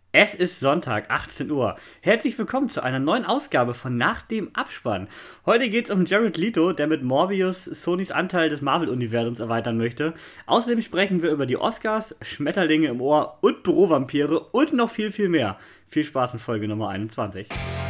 Es ist Sonntag, 18 Uhr. Herzlich willkommen zu einer neuen Ausgabe von Nach dem Abspann. Heute geht es um Jared Leto, der mit Morbius Sonys Anteil des Marvel-Universums erweitern möchte. Außerdem sprechen wir über die Oscars, Schmetterlinge im Ohr und Bürovampire und noch viel, viel mehr. Viel Spaß mit Folge Nummer 21.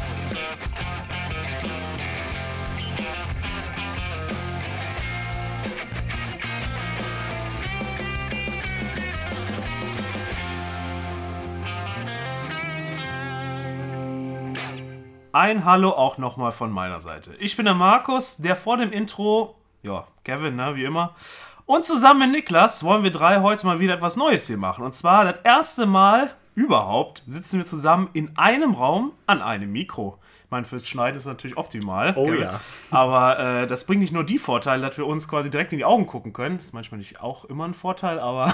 Ein Hallo auch nochmal von meiner Seite. Ich bin der Markus, der vor dem Intro, Kevin, wie immer. Und zusammen mit Niklas wollen wir drei heute mal wieder etwas Neues hier machen. Und zwar das erste Mal überhaupt sitzen wir zusammen in einem Raum an einem Mikro. Ich meine, fürs Schneiden ist es natürlich optimal. Oh Kevin. ja. Aber das bringt nicht nur die Vorteile, dass wir uns quasi direkt in die Augen gucken können. Das ist manchmal nicht auch immer ein Vorteil, aber...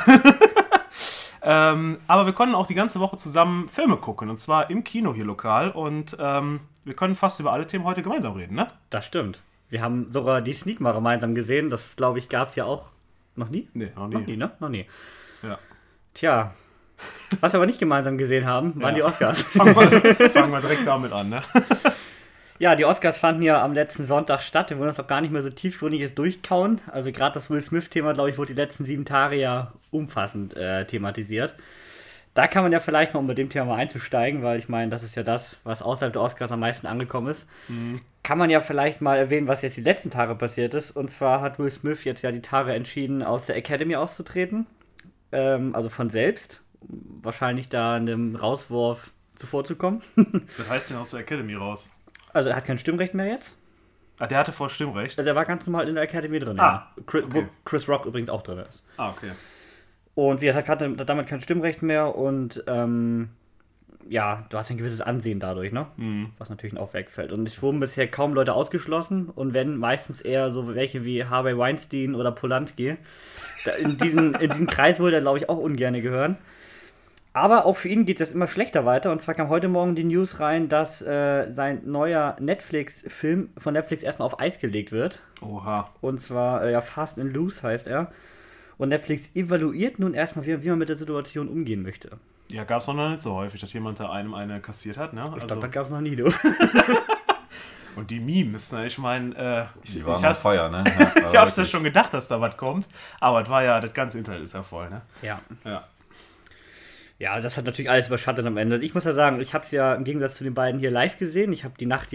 aber wir konnten auch die ganze Woche zusammen Filme gucken, und zwar im Kino hier lokal, und wir können fast über alle Themen heute gemeinsam reden, ne? Das stimmt. Wir haben sogar die Sneak mal gemeinsam gesehen, das glaube ich gab es ja auch noch nie? Nee, noch nie. Noch nie, ne? Noch nie. Ja. Tja, was wir aber nicht gemeinsam gesehen haben, waren die Oscars. Fangen wir direkt damit an, ne? Ja, die Oscars fanden ja am letzten Sonntag statt. Wir wollen uns auch gar nicht mehr so tiefgründig jetzt durchkauen. Also gerade das Will Smith-Thema, glaube ich, wurde die letzten 7 Tage ja umfassend thematisiert. Da kann man ja vielleicht mal, um mit dem Thema mal einzusteigen, weil ich meine, das ist ja das, was außerhalb der Oscars am meisten angekommen ist. Mhm. Kann man ja vielleicht mal erwähnen, was jetzt die letzten Tage passiert ist. Und zwar hat Will Smith jetzt ja die Tage entschieden, aus der Academy auszutreten. Also von selbst. Wahrscheinlich da einem Rauswurf zuvorzukommen. Was heißt denn aus der Academy raus? Also er hat kein Stimmrecht mehr jetzt. Ah, der hatte vor Stimmrecht? Also er war ganz normal in der Academy drin, ja. Wo Okay. Chris Rock übrigens auch drin ist. Ah, okay. Und er hatte damit kein Stimmrecht mehr und du hast ein gewisses Ansehen dadurch, ne? Mhm. Was natürlich auch wegfällt. Und es wurden bisher kaum Leute ausgeschlossen und wenn, meistens eher so welche wie Harvey Weinstein oder Polanski. In diesen Kreis wollte er, glaube ich, auch ungern gehören. Aber auch für ihn geht es jetzt immer schlechter weiter. Und zwar kam heute Morgen die News rein, dass sein neuer Netflix-Film von Netflix erstmal auf Eis gelegt wird. Oha. Und zwar Fast and Loose heißt er. Und Netflix evaluiert nun erstmal, wie man mit der Situation umgehen möchte. Ja, gab es noch nicht so häufig, dass jemand da einem eine kassiert hat, ne? Ich glaube, das gab es noch nie, du. Und die Memes, ne? Ich meine, die waren auf Feuer, ne? Ja, ich hab's ja schon gedacht, dass da was kommt. Aber es war ja, das ganze Internet ist ja voll, ne? Ja. Ja, das hat natürlich alles überschattet am Ende. Ich muss ja sagen, ich habe es ja im Gegensatz zu den beiden hier live gesehen. Ich habe die Nacht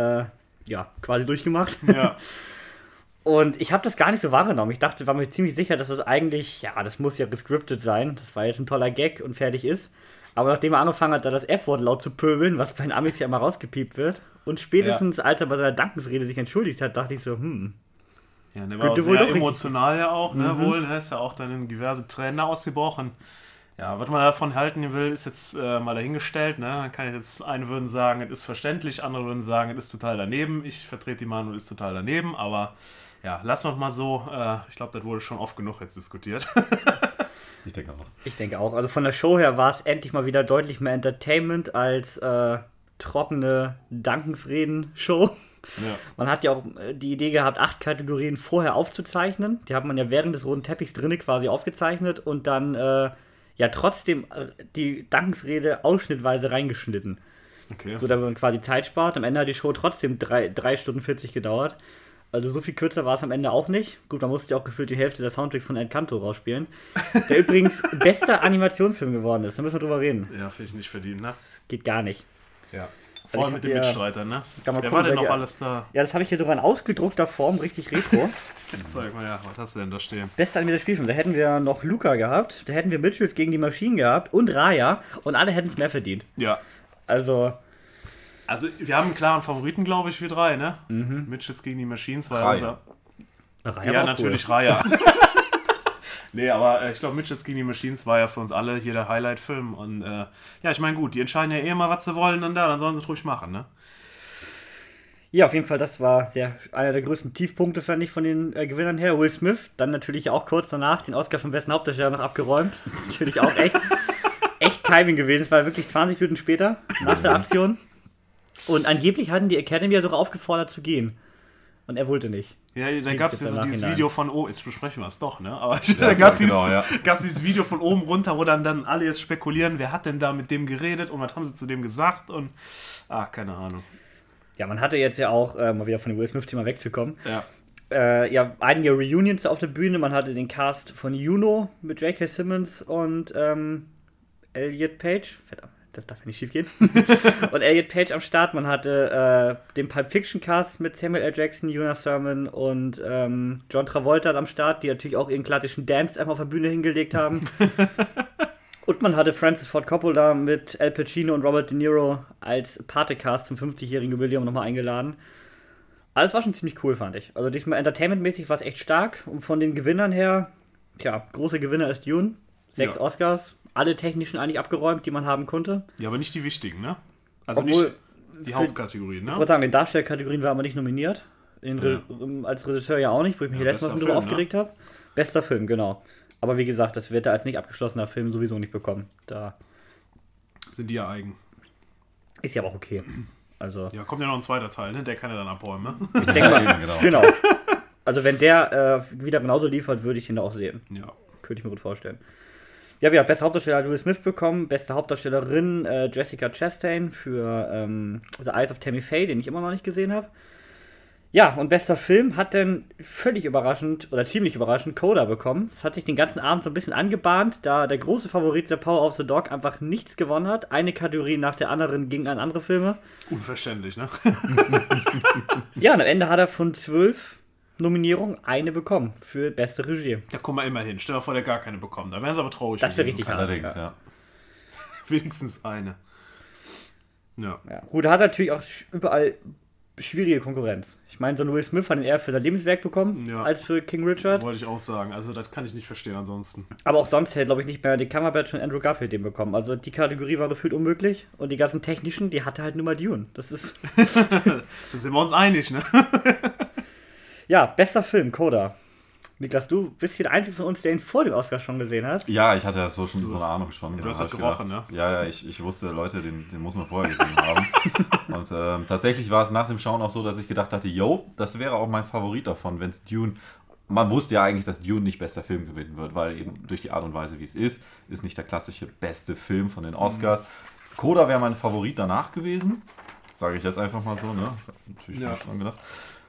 quasi durchgemacht. Ja. Und ich habe das gar nicht so wahrgenommen. Ich war mir ziemlich sicher, dass das eigentlich, das muss ja gescriptet sein. Das war jetzt ein toller Gag und fertig ist. Aber nachdem er angefangen hat, da das F-Wort laut zu pöbeln, was bei den Amis ja immer rausgepiept wird, und spätestens als er bei seiner Dankesrede sich entschuldigt hat, dachte ich so, Ja, der war auch sehr emotional ja auch, ne, wohl. Er ist ja auch dann in diverse Tränen ausgebrochen. Ja, was man davon halten will, ist jetzt mal dahingestellt. Ne? Man kann jetzt, eine würden sagen, es ist verständlich, andere würden sagen, es ist total daneben. Ich vertrete die Meinung, es ist total daneben, aber ja, lassen wir es mal so. Ich glaube, das wurde schon oft genug jetzt diskutiert. Ich denke auch. Ich denke auch. Also von der Show her war es endlich mal wieder deutlich mehr Entertainment als trockene Dankesreden-Show. Ja. Man hat ja auch die Idee gehabt, 8 Kategorien vorher aufzuzeichnen. Die hat man ja während des roten Teppichs drinnen quasi aufgezeichnet und dann trotzdem die Dankesrede ausschnittweise reingeschnitten. Okay. So, damit man quasi Zeit spart. Am Ende hat die Show trotzdem 3 Stunden 40 gedauert. Also so viel kürzer war es am Ende auch nicht. Gut, man musste ja auch gefühlt die Hälfte der Soundtracks von Encanto rausspielen. Der übrigens bester Animationsfilm geworden ist. Da müssen wir drüber reden. Ja, finde ich nicht verdient, ne? Das geht gar nicht. Ja. Vor allem mit den Mitstreitern, ne? Wer war denn noch alles da? Ja, das habe ich hier sogar in ausgedruckter Form, richtig retro. Zeig mal, was hast du denn da stehen? Bester animierter Spielfilm. Da hätten wir noch Luca gehabt, da hätten wir Mitchells gegen die Maschinen gehabt und Raya und alle hätten es mehr verdient. Ja. Also, wir haben einen klaren Favoriten, glaube ich, wir drei, ne? Mhm. Mitchells gegen die Machines war unser... Raya ja, war natürlich cool. Raya. Nee, aber ich glaube, Mitchells gegen die Machines war ja für uns alle hier der Highlight-Film. Und ich meine, gut, die entscheiden ja mal, was sie wollen, dann sollen sie es ruhig machen, ne? Ja, auf jeden Fall, das war einer der größten Tiefpunkte, fand ich, von den Gewinnern her. Will Smith, dann natürlich auch kurz danach den Oscar für den besten Hauptdarsteller noch abgeräumt. Das ist natürlich auch echt Timing gewesen. Es war wirklich 20 Minuten später, nach der Aktion. Und angeblich hatten die Academy ja sogar aufgefordert zu gehen. Und er wollte nicht. Ja, da gab es ja so dieses Video von oben, jetzt besprechen wir es doch, ne? Aber ja, da gab es dieses Video von oben runter, wo dann alle jetzt spekulieren, wer hat denn da mit dem geredet und was haben sie zu dem gesagt und keine Ahnung. Ja, man hatte jetzt ja auch, mal wieder von dem Will Smith-Thema wegzukommen, ja, einige Reunions auf der Bühne. Man hatte den Cast von Juno mit J.K. Simmons und Elliot Page. Verdammt, das darf ja nicht schief gehen. Und Elliot Page am Start. Man hatte den Pulp Fiction Cast mit Samuel L. Jackson, Jonas Thurman und John Travolta am Start, die natürlich auch ihren klassischen Dance einfach auf der Bühne hingelegt haben. Und man hatte Francis Ford Coppola mit Al Pacino und Robert De Niro als Pate-Cast zum 50-jährigen Jubiläum nochmal eingeladen. Alles war schon ziemlich cool, fand ich. Also diesmal entertainmentmäßig war es echt stark. Und von den Gewinnern her, großer Gewinner ist Dune. 6 Oscars, alle technischen eigentlich abgeräumt, die man haben konnte. Ja, aber nicht die wichtigen, ne? Also obwohl, nicht die Hauptkategorien, ne? Ich würde sagen, in Darstellerkategorien war er aber nicht nominiert. Als Regisseur ja auch nicht, wo ich mich letztes Mal drüber aufgeregt habe. Bester Film, genau. Aber wie gesagt, das wird er als nicht abgeschlossener Film sowieso nicht bekommen. Da sind die ja eigen. Ist ja aber auch okay. Also, ja, kommt ja noch ein zweiter Teil, ne? Der kann ja dann abräumen, ne? Ich denke mal, genau. Also wenn der wieder genauso liefert, würde ich ihn auch sehen. Ja. Könnte ich mir gut vorstellen. Ja, wir haben bester Hauptdarsteller Will Smith bekommen, beste Hauptdarstellerin Jessica Chastain für The Eyes of Tammy Faye, den ich immer noch nicht gesehen habe. Ja, und bester Film hat dann völlig überraschend, oder ziemlich überraschend, Coda bekommen. Es hat sich den ganzen Abend so ein bisschen angebahnt, da der große Favorit der Power of the Dog einfach nichts gewonnen hat. Eine Kategorie nach der anderen ging an andere Filme. Unverständlich, ne? Ja, und am Ende hat er von 12 Nominierungen eine bekommen für beste Regie. Da kommen wir immerhin. Stell dir vor, der gar keine bekommen. Da wären sie aber traurig. Das wäre richtig hart. Allerdings, ja. Wenigstens eine. Ja. Gut, er hat natürlich auch überall schwierige Konkurrenz. Ich meine, so ein Will Smith hat ihn eher für sein Lebenswerk bekommen, als für King Richard. Wollte ich auch sagen. Also das kann ich nicht verstehen ansonsten. Aber auch sonst hätte, glaube ich, nicht mehr die Cumberbatch und Andrew Garfield den bekommen. Also die Kategorie war gefühlt unmöglich. Und die ganzen technischen, die hatte halt nur mal Dune. Das ist... Da sind wir uns einig, ne? Ja, bester Film, Coda. Niklas, du bist hier der Einzige von uns, der ihn vor den Oscars schon gesehen hat. Ja, ich hatte ja so schon so eine Ahnung schon. Ja, du hast das gerochen, ne? Ja, ich wusste, Leute, den muss man vorher gesehen haben. Und tatsächlich war es nach dem Schauen auch so, dass ich gedacht hatte, das wäre auch mein Favorit davon, wenn es Dune... Man wusste ja eigentlich, dass Dune nicht bester Film gewinnen wird, weil eben durch die Art und Weise, wie es ist nicht der klassische beste Film von den Oscars. Coda wäre mein Favorit danach gewesen. Sage ich jetzt einfach mal so, ne? Ich habe natürlich nicht dran gedacht.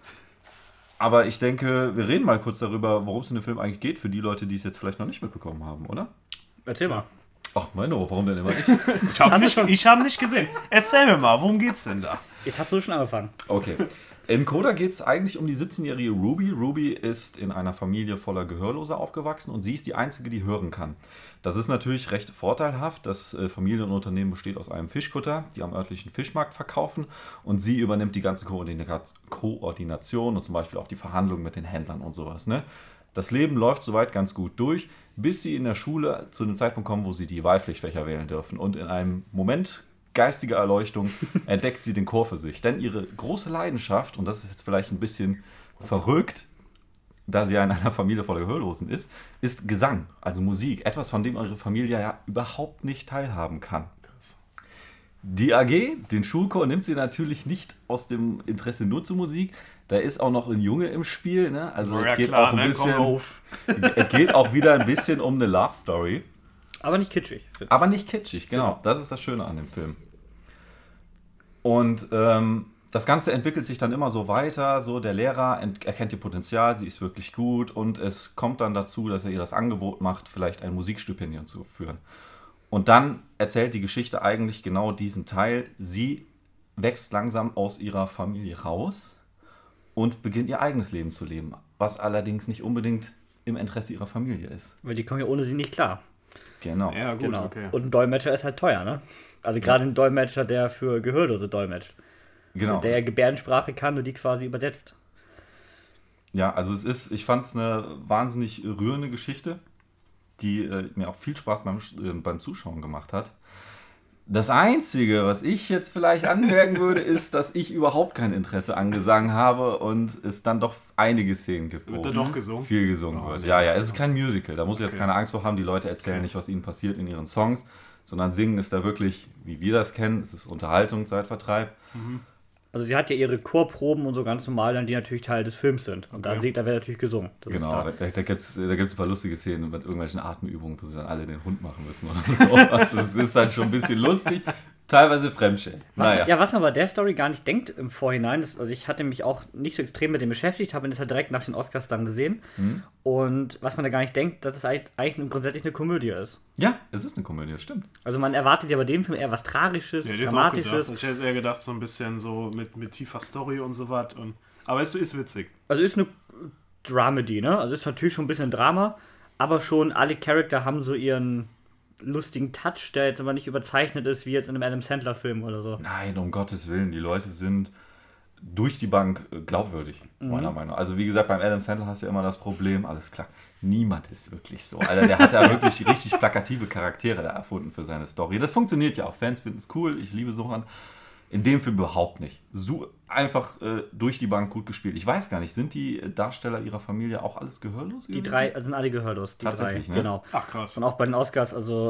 Aber ich denke, wir reden mal kurz darüber, worum es in dem Film eigentlich geht, für die Leute, die es jetzt vielleicht noch nicht mitbekommen haben, oder? Erzähl mal. Ach, Menno, warum denn immer nicht? Ich habe nicht gesehen. Erzähl mir mal, worum geht's denn da? Jetzt hast du schon angefangen. Okay. In Coda geht es eigentlich um die 17-jährige Ruby. Ruby ist in einer Familie voller Gehörloser aufgewachsen und sie ist die Einzige, die hören kann. Das ist natürlich recht vorteilhaft. Das Familienunternehmen besteht aus einem Fischkutter, die am örtlichen Fischmarkt verkaufen, und sie übernimmt die ganze Koordination und zum Beispiel auch die Verhandlungen mit den Händlern und sowas. Ne? Das Leben läuft soweit ganz gut durch, bis sie in der Schule zu dem Zeitpunkt kommen, wo sie die Wahlpflichtfächer wählen dürfen. Und in einem Moment geistiger Erleuchtung entdeckt sie den Chor für sich. Denn ihre große Leidenschaft, und das ist jetzt vielleicht ein bisschen verrückt, da sie ja in einer Familie voller Gehörlosen ist Gesang, also Musik. Etwas, von dem ihre Familie ja überhaupt nicht teilhaben kann. Die AG, den Schulchor, nimmt sie natürlich nicht aus dem Interesse nur zur Musik. Da ist auch noch ein Junge im Spiel. Ne? Also es geht auch ein bisschen, es geht auch wieder ein bisschen um eine Love Story. Aber nicht kitschig. Aber nicht kitschig, genau. Das ist das Schöne an dem Film. Und das Ganze entwickelt sich dann immer so weiter. So, der Lehrer erkennt ihr Potenzial, sie ist wirklich gut, und es kommt dann dazu, dass er ihr das Angebot macht, vielleicht ein Musikstipendium zu führen. Und dann erzählt die Geschichte eigentlich genau diesen Teil. Sie wächst langsam aus ihrer Familie raus und beginnt ihr eigenes Leben zu leben, was allerdings nicht unbedingt im Interesse ihrer Familie ist. Weil die kommen ja ohne sie nicht klar. Genau. Ja, gut, genau. Okay. Und ein Dolmetscher ist halt teuer, ne? Also gerade ein Dolmetscher, der für Gehörlose dolmetscht. Genau. Der Gebärdensprache kann und die quasi übersetzt. Ja, also ich fand es eine wahnsinnig rührende Geschichte, die mir auch viel Spaß beim Zuschauen gemacht hat. Das Einzige, was ich jetzt vielleicht anmerken würde, ist, dass ich überhaupt kein Interesse an Gesang habe und es dann doch einige Szenen gibt, wo doch gesungen? Viel gesungen wird. Ja, es ist kein Musical, da muss ich jetzt keine Angst vor haben, die Leute erzählen nicht, was ihnen passiert in ihren Songs, sondern Singen ist da wirklich, wie wir das kennen, es ist Unterhaltung, Zeitvertreib. Also sie hat ja ihre Chorproben und so ganz normal, dann die natürlich Teil des Films sind. Und da wird natürlich gesungen. Genau, da gibt's ein paar lustige Szenen mit irgendwelchen Atemübungen, wo sie dann alle den Hund machen müssen oder so. Das ist halt schon ein bisschen lustig. Teilweise Fremdschämen. Was man bei der Story gar nicht denkt im Vorhinein, ist, also ich hatte mich auch nicht so extrem mit dem beschäftigt, habe ihn das halt direkt nach den Oscars dann gesehen. Und was man da gar nicht denkt, dass es eigentlich grundsätzlich eine Komödie ist. Ja, es ist eine Komödie, das stimmt. Also man erwartet ja bei dem Film eher was Tragisches, Dramatisches. Ich hätte jetzt eher gedacht, so ein bisschen so mit tiefer Story und so was. Aber es ist witzig. Also ist eine Dramedy, ne? Also ist natürlich schon ein bisschen Drama, aber schon alle Charakter haben so ihren lustigen Touch, der jetzt aber nicht überzeichnet ist, wie jetzt in einem Adam Sandler-Film oder so. Nein, um Gottes Willen, die Leute sind durch die Bank glaubwürdig, meiner Meinung nach. Also wie gesagt, beim Adam Sandler hast du ja immer das Problem, alles klar, niemand ist wirklich so. Alter, der hat ja wirklich richtig plakative Charaktere da erfunden für seine Story. Das funktioniert ja auch, Fans finden es cool, ich liebe Sohan. In dem Film überhaupt nicht. So einfach durch die Bank gut gespielt. Ich weiß gar nicht, sind die Darsteller ihrer Familie auch alles gehörlos gewesen? Die drei sind alle gehörlos. Tatsächlich, drei, ne? Genau. Ach krass. Und auch bei den Oscars,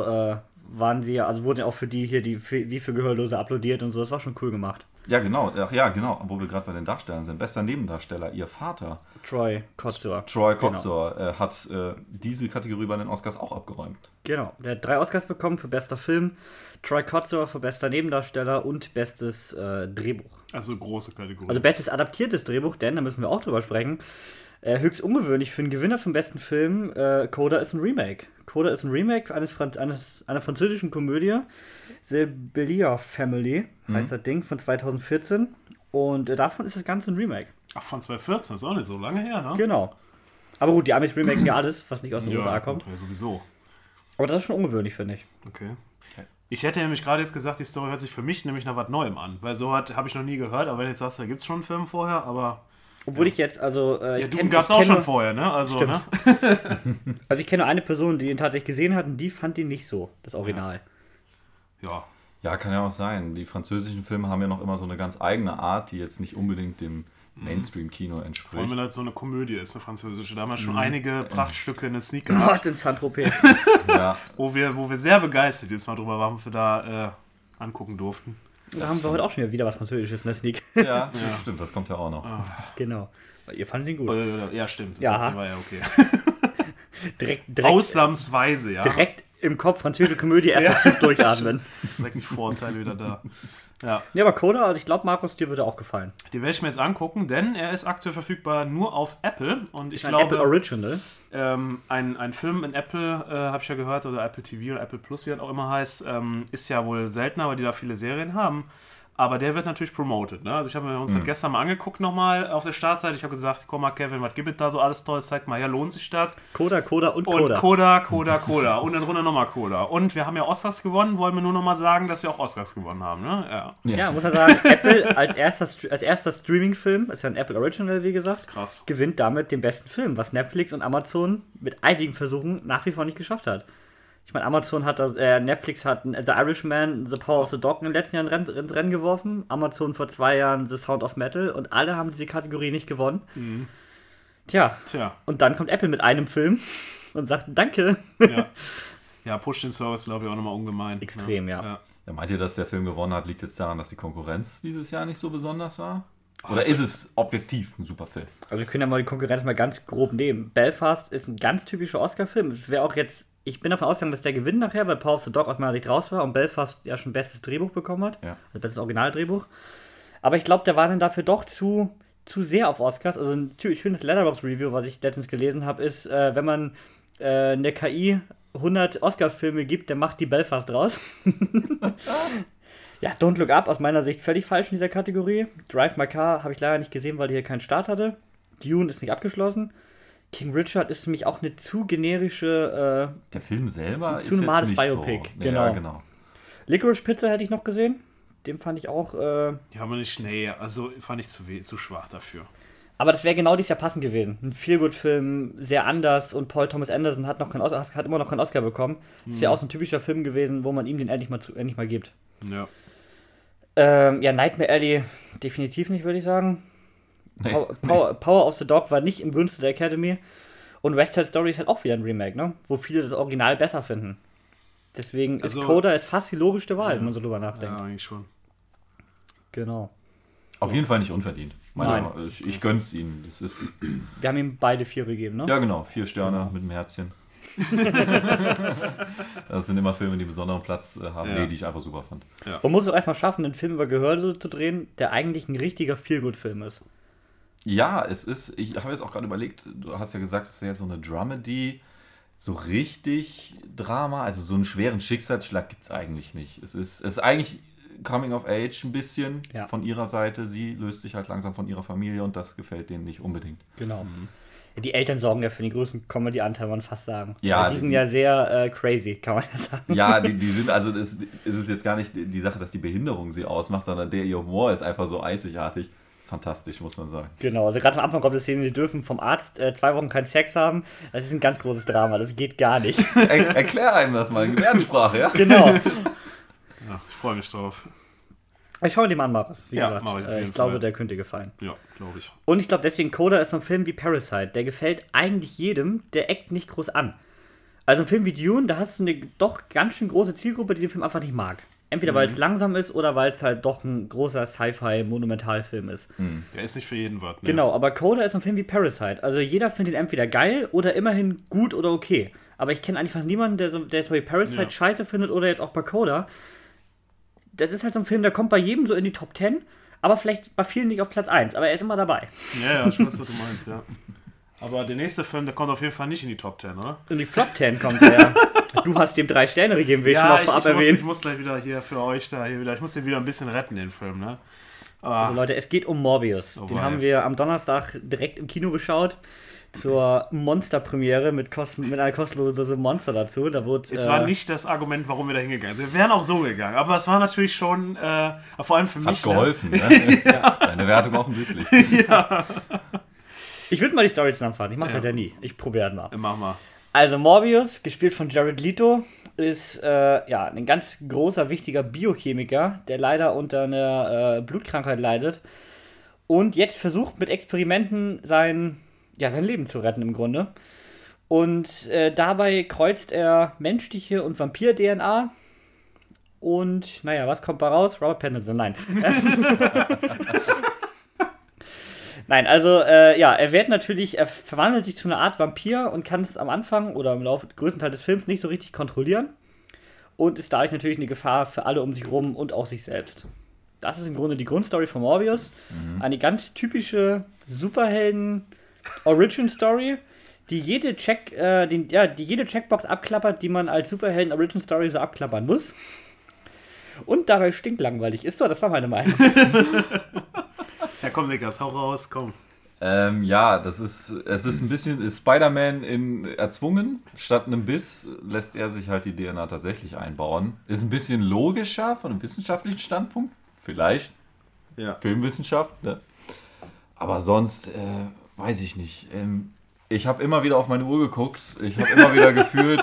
waren sie ja, also wurden ja auch für die hier, wie für Gehörlose applaudiert und so. Das war schon cool gemacht. Ja, genau. Ach ja, genau. Wo wir gerade bei den Darstellern sind. Bester Nebendarsteller, ihr Vater. Troy Kotsur. Genau. Hat diese Kategorie bei den Oscars auch abgeräumt. Genau. Der hat 3 Oscars bekommen für bester Film, Troy Kotsur für bester Nebendarsteller und bestes Drehbuch. Also große Kategorie. Also bestes adaptiertes Drehbuch, denn da müssen wir auch drüber sprechen. Höchst ungewöhnlich für einen Gewinner vom besten Film. Coda ist ein Remake. Coda ist ein Remake einer französischen Komödie. The Bellier Family heißt das Ding, von 2014. Und davon ist das Ganze ein Remake. Ach, von 2014, das ist auch nicht so lange her, ne? Genau. Aber gut, die Amis remaken ja alles, was nicht aus den USA kommt. Ja, sowieso. Aber das ist schon ungewöhnlich, finde ich. Okay. Ich hätte nämlich gerade jetzt gesagt, die Story hört sich für mich nämlich nach was Neuem an. Weil so habe ich noch nie gehört, aber wenn du jetzt sagst, da gibt es schon einen Film vorher, aber... Obwohl ich jetzt, also... Dune gab es auch schon vorher, ne? Also, stimmt. Ne? Also ich kenne nur eine Person, die ihn tatsächlich gesehen hat und die fand ihn nicht so, das Original. Ja. Ja, kann ja auch sein. Die französischen Filme haben ja noch immer so eine ganz eigene Art, die jetzt nicht unbedingt dem Mainstream-Kino entspricht. Vor allem, wenn das so eine Komödie ist, eine französische. Da haben wir schon einige Prachtstücke in der Sneak gehabt. Mord in Saint-Tropez. Ja. Wo wir sehr begeistert jetzt mal drüber waren, was wir da angucken durften. Da haben wir heute auch schon wieder was Französisches in der Sneak. Ja, stimmt, das kommt ja auch noch. Genau. Ihr fandet ihn gut. Ja, stimmt. Ja. Das war ja okay. direkt Ausnahmsweise, ja. Direkt im Kopf französische Komödie erstmal tief durchatmen. Direkt ein Vorteil wieder da. Ja. Ja, aber Coda, also ich glaube, Markus, dir würde auch gefallen. Die werde ich mir jetzt angucken, denn er ist aktuell verfügbar nur auf Apple. Und ich glaube, Apple Original. Ein Film in Apple, habe ich ja gehört, oder Apple TV oder Apple Plus, wie das auch immer heißt, ist ja wohl seltener, weil die da viele Serien haben. Aber der wird natürlich promoted, ne? Also ich habe mir uns das gestern mal angeguckt nochmal auf der Startseite. Ich habe gesagt, komm mal Kevin, was gibt es da so alles Tolles? Zeig mal her, lohnt sich das? Coda. Und Coda. Und dann runter nochmal Coda. Und wir haben ja Oscars gewonnen, wollen wir nur nochmal sagen, dass wir auch Oscars gewonnen haben, ne? Ja, muss man sagen, Apple als erster Streaming-Film, ist ja ein Apple Original, wie gesagt, krass, gewinnt damit den besten Film, was Netflix und Amazon mit einigen Versuchen nach wie vor nicht geschafft hat. Ich meine, Netflix hat The Irishman, The Power of the Dog im letzten Jahr ins Rennen geworfen. Amazon vor 2 Jahren The Sound of Metal. Und alle haben diese Kategorie nicht gewonnen. Mhm. Tja. Und dann kommt Apple mit einem Film und sagt, danke. Ja, pusht den Service, glaube ich, auch nochmal ungemein. Extrem, ja. Ja, meint ihr, dass der Film gewonnen hat, liegt jetzt daran, dass die Konkurrenz dieses Jahr nicht so besonders war? Oder ist es objektiv ein super Film? Also wir können ja mal die Konkurrenz mal ganz grob nehmen. Belfast ist ein ganz typischer Oscar-Film. Es wäre auch jetzt... Ich bin davon ausgegangen, dass der gewinnt nachher, weil Power of the Dog aus meiner Sicht raus war und Belfast ja schon bestes Drehbuch bekommen hat. Ja. Also bestes Originaldrehbuch. Aber ich glaube, der war dann dafür doch zu sehr auf Oscars. Also ein schönes Letterboxd-Review, was ich letztens gelesen habe, ist, wenn man in der KI 100 Oscar-Filme gibt, der macht die Belfast raus. Ja, Don't Look Up aus meiner Sicht völlig falsch in dieser Kategorie. Drive My Car habe ich leider nicht gesehen, weil die hier keinen Start hatte. Dune ist nicht abgeschlossen. King Richard ist für mich auch eine zu generische... der Film selber ist zu normales Biopic. So. Genau. Ja, genau. Licorice Pizza hätte ich noch gesehen. Den fand ich auch... ja, aber nicht... Nee, also fand ich zu schwach dafür. Aber das wäre genau dieses Jahr passend gewesen. Ein Feelgood-Film, sehr anders und Paul Thomas Anderson hat immer noch keinen Oscar bekommen. Das wäre auch so ein typischer Film gewesen, wo man ihm den endlich mal gibt. Ja. Nightmare Alley definitiv nicht, würde ich sagen. Nee. Power of the Dog war nicht im Gunste der Academy. Und West Side Story ist halt auch wieder ein Remake, ne? Wo viele das Original besser finden. Deswegen ist Coda fast die logischste Wahl, wenn man so drüber nachdenkt. Ja, eigentlich schon. Genau. Auf jeden Fall nicht unverdient. Ich gönn's ihnen. Wir haben ihm beide 4 gegeben, ne? Ja, genau. 4 Sterne mit einem Herzchen. Das sind immer Filme, die einen besonderen Platz haben, die ich einfach super fand. Ja. Man muss es auch erstmal schaffen, einen Film über Gehörlose zu drehen, der eigentlich ein richtiger Feel-Good-Film ist. Ja, es ist, ich habe jetzt auch gerade überlegt, du hast ja gesagt, es ist ja so eine Dramedy, so richtig Drama, also so einen schweren Schicksalsschlag gibt es eigentlich nicht. Es ist eigentlich Coming of Age ein bisschen von ihrer Seite. Sie löst sich halt langsam von ihrer Familie und das gefällt denen nicht unbedingt. Genau. Die Eltern sorgen ja für den größten Comedy-Anteil, man fast sagen. Ja, weil die sind ja sehr crazy, kann man ja sagen. Ja, die sind, also es ist jetzt gar nicht die Sache, dass die Behinderung sie ausmacht, sondern ihr Humor ist einfach so einzigartig. Fantastisch, muss man sagen. Genau, also gerade am Anfang kommt es hin, sie dürfen vom Arzt 2 Wochen keinen Sex haben. Das ist ein ganz großes Drama, das geht gar nicht. Erklär einem das mal in Gebärdensprache, ja? Genau. Ja, ich freue mich drauf. Ich schaue dir mal an, Maris, wie gesagt. Mach ich auf jeden ich glaube, Fall. Der könnte dir gefallen. Ja, glaube ich. Und ich glaube, deswegen Coda ist so ein Film wie Parasite. Der gefällt eigentlich jedem, der eckt nicht groß an. Also ein Film wie Dune, da hast du eine doch ganz schön große Zielgruppe, die den Film einfach nicht mag. Entweder weil es langsam ist oder weil es halt doch ein großer Sci-Fi-Monumentalfilm ist. Der ist nicht für jeden was. Ne? Genau, aber Coda ist ein Film wie Parasite. Also jeder findet ihn entweder geil oder immerhin gut oder okay. Aber ich kenne eigentlich fast niemanden, der so wie Parasite scheiße findet oder jetzt auch bei Coda. Das ist halt so ein Film, der kommt bei jedem so in die Top 10, aber vielleicht bei vielen nicht auf Platz 1, aber er ist immer dabei. Ja, ich weiß, was du meinst, ja. Aber der nächste Film, der kommt auf jeden Fall nicht in die Top 10, oder? In die Flop 10 kommt er. Du hast dem 3 Sterne gegeben, will ich schon mal vorab erwähnen. Ich muss gleich wieder hier für euch ich muss den wieder ein bisschen retten, den Film, ne? Also Leute, es geht um Morbius. Den haben wir am Donnerstag direkt im Kino geschaut. Zur Monsterpremiere mit einer kostenlosen Dose Monster dazu. Es war nicht das Argument, warum wir da hingegangen sind. Wir wären auch so gegangen, aber es war natürlich schon, vor allem für mich. Hat geholfen, ne? Deine Wertung offensichtlich. Ja. Ich würde mal die Story zusammenfassen. Ich mache das ja nie. Ich probiere mal. Mach mal. Also Morbius, gespielt von Jared Leto, ist ein ganz großer, wichtiger Biochemiker, der leider unter einer Blutkrankheit leidet und jetzt versucht mit Experimenten sein Leben zu retten im Grunde. Und dabei kreuzt er menschliche und Vampir-DNA. Und, was kommt da raus? Robert Pattinson, nein. Nein, also, er verwandelt sich zu einer Art Vampir und kann es am Anfang oder im Laufe größten Teil des Films nicht so richtig kontrollieren. Und ist dadurch natürlich eine Gefahr für alle um sich rum und auch sich selbst. Das ist im Grunde die Grundstory von Morbius. Eine ganz typische Superhelden-Origin-Story, die jede Checkbox abklappert, die man als Superhelden-Origin-Story so abklappern muss. Und dabei stinklangweilig ist. So, das war meine Meinung. Ja, komm, Niklas, hau raus, komm. Es ist ein bisschen Spider-Man erzwungen. Statt einem Biss lässt er sich halt die DNA tatsächlich einbauen. Ist ein bisschen logischer von einem wissenschaftlichen Standpunkt. Vielleicht. Ja. Filmwissenschaft, ne? Aber sonst, weiß ich nicht. Ich habe immer wieder auf meine Uhr geguckt. Ich habe immer wieder gefühlt,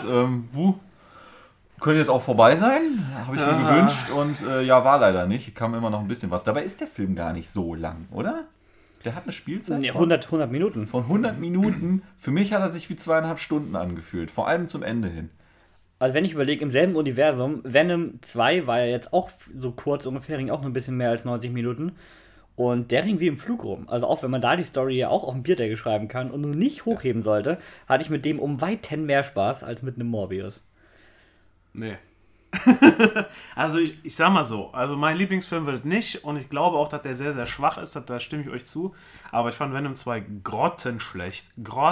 könnte jetzt auch vorbei sein, habe ich mir gewünscht und war leider nicht. Kam immer noch ein bisschen was. Dabei ist der Film gar nicht so lang, oder? Der hat eine Spielzeit von 100 Minuten. Von 100 Minuten. Für mich hat er sich wie 2,5 Stunden angefühlt. Vor allem zum Ende hin. Also wenn ich überlege, im selben Universum, Venom 2 war ja jetzt auch so kurz ungefähr, ging auch ein bisschen mehr als 90 Minuten. Und der ging wie im Flug rum. Also auch wenn man da die Story ja auch auf dem Bierdeckel schreiben kann und nur nicht hochheben sollte, hatte ich mit dem um Weiten mehr Spaß als mit einem Morbius. Nee. Also ich sag mal so, also mein Lieblingsfilm wird nicht und ich glaube auch, dass der sehr, sehr schwach ist, da stimme ich euch zu, aber ich fand Venom 2 grottenschlecht,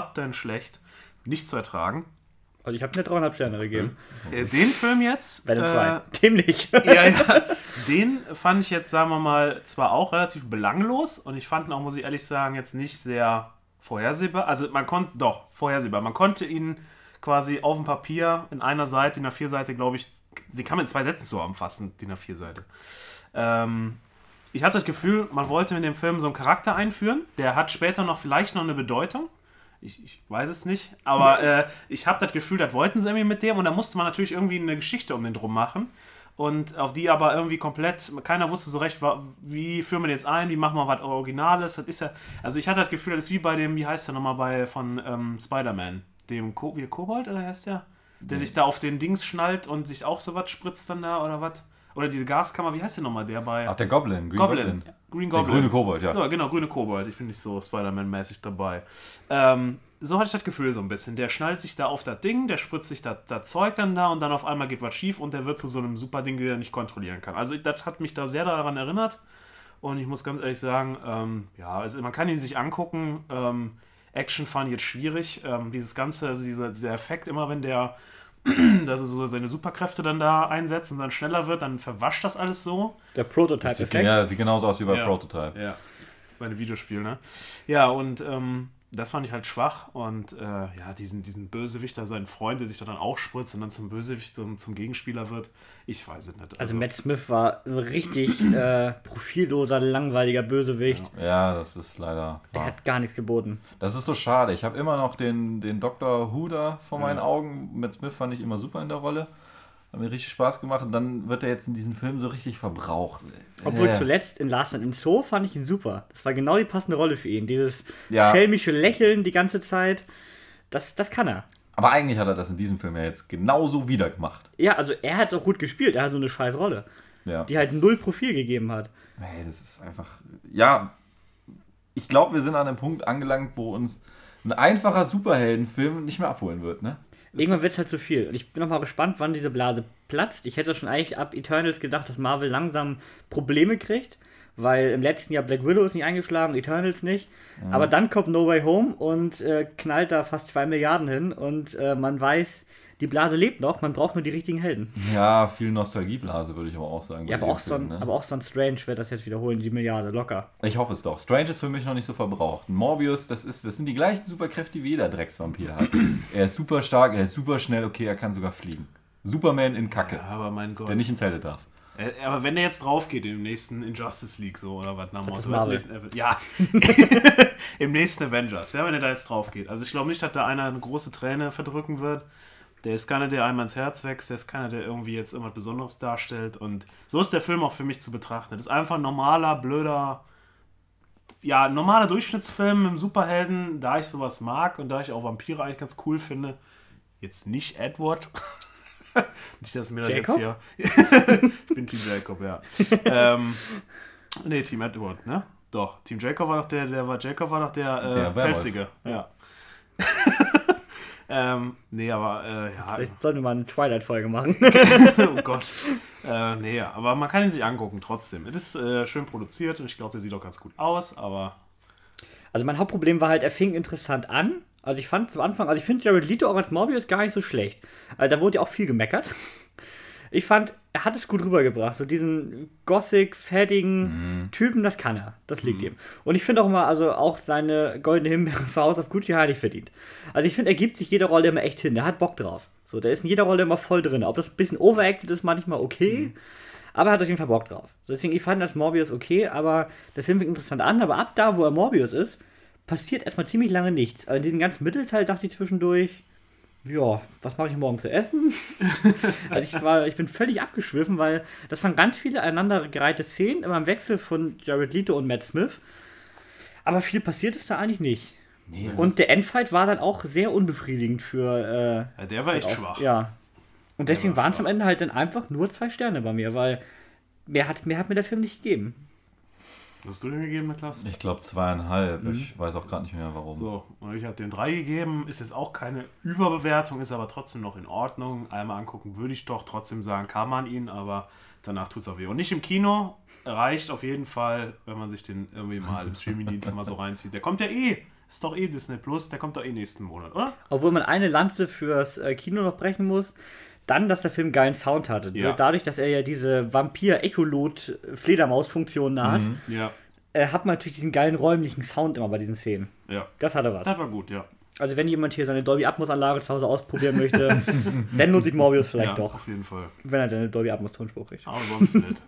nicht zu ertragen. Also ich habe mir 3,5 Sterne gegeben. Den Film jetzt? Venom 2. Dem nicht. Ja, den fand ich jetzt, sagen wir mal, zwar auch relativ belanglos und ich fand ihn auch, muss ich ehrlich sagen, jetzt nicht sehr vorhersehbar, also vorhersehbar, man konnte ihn quasi auf dem Papier in einer Seite, in der 4-Seite, glaube ich, die kann man in 2 Sätzen zusammenfassen, die in der 4-Seite. Ich habe das Gefühl, man wollte mit dem Film so einen Charakter einführen, der hat später vielleicht noch eine Bedeutung. Ich weiß es nicht, aber ich habe das Gefühl, das wollten sie irgendwie mit dem und da musste man natürlich irgendwie eine Geschichte um den drum machen und auf die aber irgendwie komplett, keiner wusste so recht, wie führen wir den jetzt ein, wie machen wir was Originales, das ist ja, also ich hatte das Gefühl, das ist wie bei dem, wie heißt der nochmal von Spider-Man, dem Kobold, oder heißt der? Der sich da auf den Dings schnallt und sich auch so was spritzt dann da, oder was? Oder diese Gaskammer, wie heißt der nochmal? Der bei... Ach, der Goblin. Green Goblin. Der grüne Kobold, ja. So, genau, grüne Kobold. Ich bin nicht so Spider-Man-mäßig dabei. So hatte ich das Gefühl so ein bisschen. Der schnallt sich da auf das Ding, der spritzt sich das Zeug dann da und dann auf einmal geht was schief und der wird zu so einem super Ding, den er nicht kontrollieren kann. Also das hat mich da sehr daran erinnert und ich muss ganz ehrlich sagen, also man kann ihn sich angucken. Action fand ich jetzt schwierig. Dieses Ganze, also dieser Effekt immer, wenn der dass er so seine Superkräfte dann da einsetzt und dann schneller wird, dann verwascht das alles so. Der Prototype-Effekt. Ja, das sieht genauso aus wie bei Prototype. Ja, bei einem Videospiel, ne? Ja, und das fand ich halt schwach und diesen Bösewicht, da seinen Freund, der sich da dann auch spritzt und dann zum Bösewicht, zum Gegenspieler wird, ich weiß es nicht. Also Matt Smith war so richtig profilloser, langweiliger Bösewicht. Ja, das ist leider... Der hat gar nichts geboten. Das ist so schade. Ich habe immer noch den Dr. Who da vor meinen Augen. Matt Smith fand ich immer super in der Rolle. Hat mir richtig Spaß gemacht und dann wird er jetzt in diesem Film so richtig verbraucht. Obwohl zuletzt in Last Night in Soho fand ich ihn super. Das war genau die passende Rolle für ihn. Dieses schelmische Lächeln die ganze Zeit, das kann er. Aber eigentlich hat er das in diesem Film ja jetzt genauso wieder gemacht. Ja, also er hat es auch gut gespielt. Er hat so eine scheiß Rolle, die halt null Profil gegeben hat. Nee, das ist einfach... Ja, ich glaube, wir sind an einem Punkt angelangt, wo uns ein einfacher Superheldenfilm nicht mehr abholen wird, ne? Irgendwann wird es halt zu viel. Und ich bin nochmal gespannt, wann diese Blase platzt. Ich hätte schon eigentlich ab Eternals gedacht, dass Marvel langsam Probleme kriegt, weil im letzten Jahr Black Widow ist nicht eingeschlagen, Eternals nicht. Mhm. Aber dann kommt No Way Home und knallt da fast 2 Milliarden hin und man weiß, die Blase lebt noch, man braucht nur die richtigen Helden. Ja, viel Nostalgieblase, würde ich aber auch sagen. Ja, aber auch so ein Strange wird das jetzt wiederholen, die Milliarde, locker. Ich hoffe es doch. Strange ist für mich noch nicht so verbraucht. Morbius, das sind die gleichen Superkräfte, wie jeder Drecksvampir hat. Er ist super stark, er ist super schnell, okay, er kann sogar fliegen. Superman in Kacke, ja, aber mein Gott. Der nicht in Zelle darf. Aber wenn der jetzt drauf geht im nächsten Injustice League so oder was nach Motto, ja, im nächsten Avengers, ja, wenn er da jetzt drauf geht. Also ich glaube nicht, dass da einer eine große Träne verdrücken wird. Der ist keiner, der einmal ins Herz wächst, der ist keiner, der irgendwie jetzt irgendwas Besonderes darstellt und so ist der Film auch für mich zu betrachten. Das ist einfach ein normaler Durchschnittsfilm mit einem Superhelden, da ich sowas mag und da ich auch Vampire eigentlich ganz cool finde. Jetzt nicht Edward. Nicht, dass mir das jetzt hier... Ich bin Team Jacob, ja. Team Edward, ne? Doch, Team Jacob war doch der der Pelzige. Ja. Vielleicht sollten wir mal eine Twilight-Folge machen. Oh Gott. Aber man kann ihn sich angucken trotzdem. Es ist schön produziert und ich glaube, der sieht auch ganz gut aus, aber... Also mein Hauptproblem war halt, er fing interessant an. Also ich fand zum Anfang, ich finde Jared Leto auch als Morbius gar nicht so schlecht. Also da wurde ja auch viel gemeckert. Ich fand, er hat es gut rübergebracht. So diesen gothic, fettigen Typen, das kann er. Das liegt ihm. Und ich finde auch immer, also auch seine goldene Himbeere für House of Gucci hat er nicht verdient. Also ich finde, er gibt sich jeder Rolle immer echt hin. Der hat Bock drauf. So, der ist in jeder Rolle immer voll drin. Ob das ein bisschen overacted ist, manchmal okay. Aber er hat auf jeden Fall Bock drauf. Deswegen, ich fand das Morbius okay, aber der Film fängt interessant an. Aber ab da, wo er Morbius ist, passiert erstmal ziemlich lange nichts. Also in diesem ganzen Mittelteil dachte ich zwischendurch, ja, was mache ich morgen zu essen? Also ich bin völlig abgeschwiffen, weil das waren ganz viele aneinandergereihte Szenen, immer im Wechsel von Jared Leto und Matt Smith. Aber viel passiert ist da eigentlich nicht. Nee, und der Endfight war dann auch sehr unbefriedigend für... der war echt schwach. Ja. Und deswegen waren es am Ende halt dann einfach nur 2 Sterne bei mir, weil mehr hat mir der Film nicht gegeben. Was hast du denn gegeben, Niklas? Ich glaube 2,5. Ich weiß auch gerade nicht mehr, warum. So, und ich habe den 3 gegeben. Ist jetzt auch keine Überbewertung, ist aber trotzdem noch in Ordnung. Einmal angucken würde ich doch trotzdem sagen, kann man ihn, aber danach tut es auch weh. Und nicht im Kino, reicht auf jeden Fall, wenn man sich den irgendwie mal im Streamingdienst mal so reinzieht. Der kommt ja ist doch Disney Plus, der kommt doch nächsten Monat, oder? Obwohl man eine Lanze fürs Kino noch brechen muss. Dann, dass der Film geilen Sound hatte. Ja. Dadurch, dass er ja diese Vampir-Echolot-Fledermaus-Funktion hat, hat man natürlich diesen geilen räumlichen Sound immer bei diesen Szenen. Ja. Das hatte was. Das war gut, ja. Also wenn jemand hier seine Dolby Atmos-Anlage zu Hause ausprobieren möchte, dann nutze ich Morbius vielleicht doch. Auf jeden Fall. Wenn er dann eine Dolby Atmos-Tonspur kriegt. Aber sonst nicht.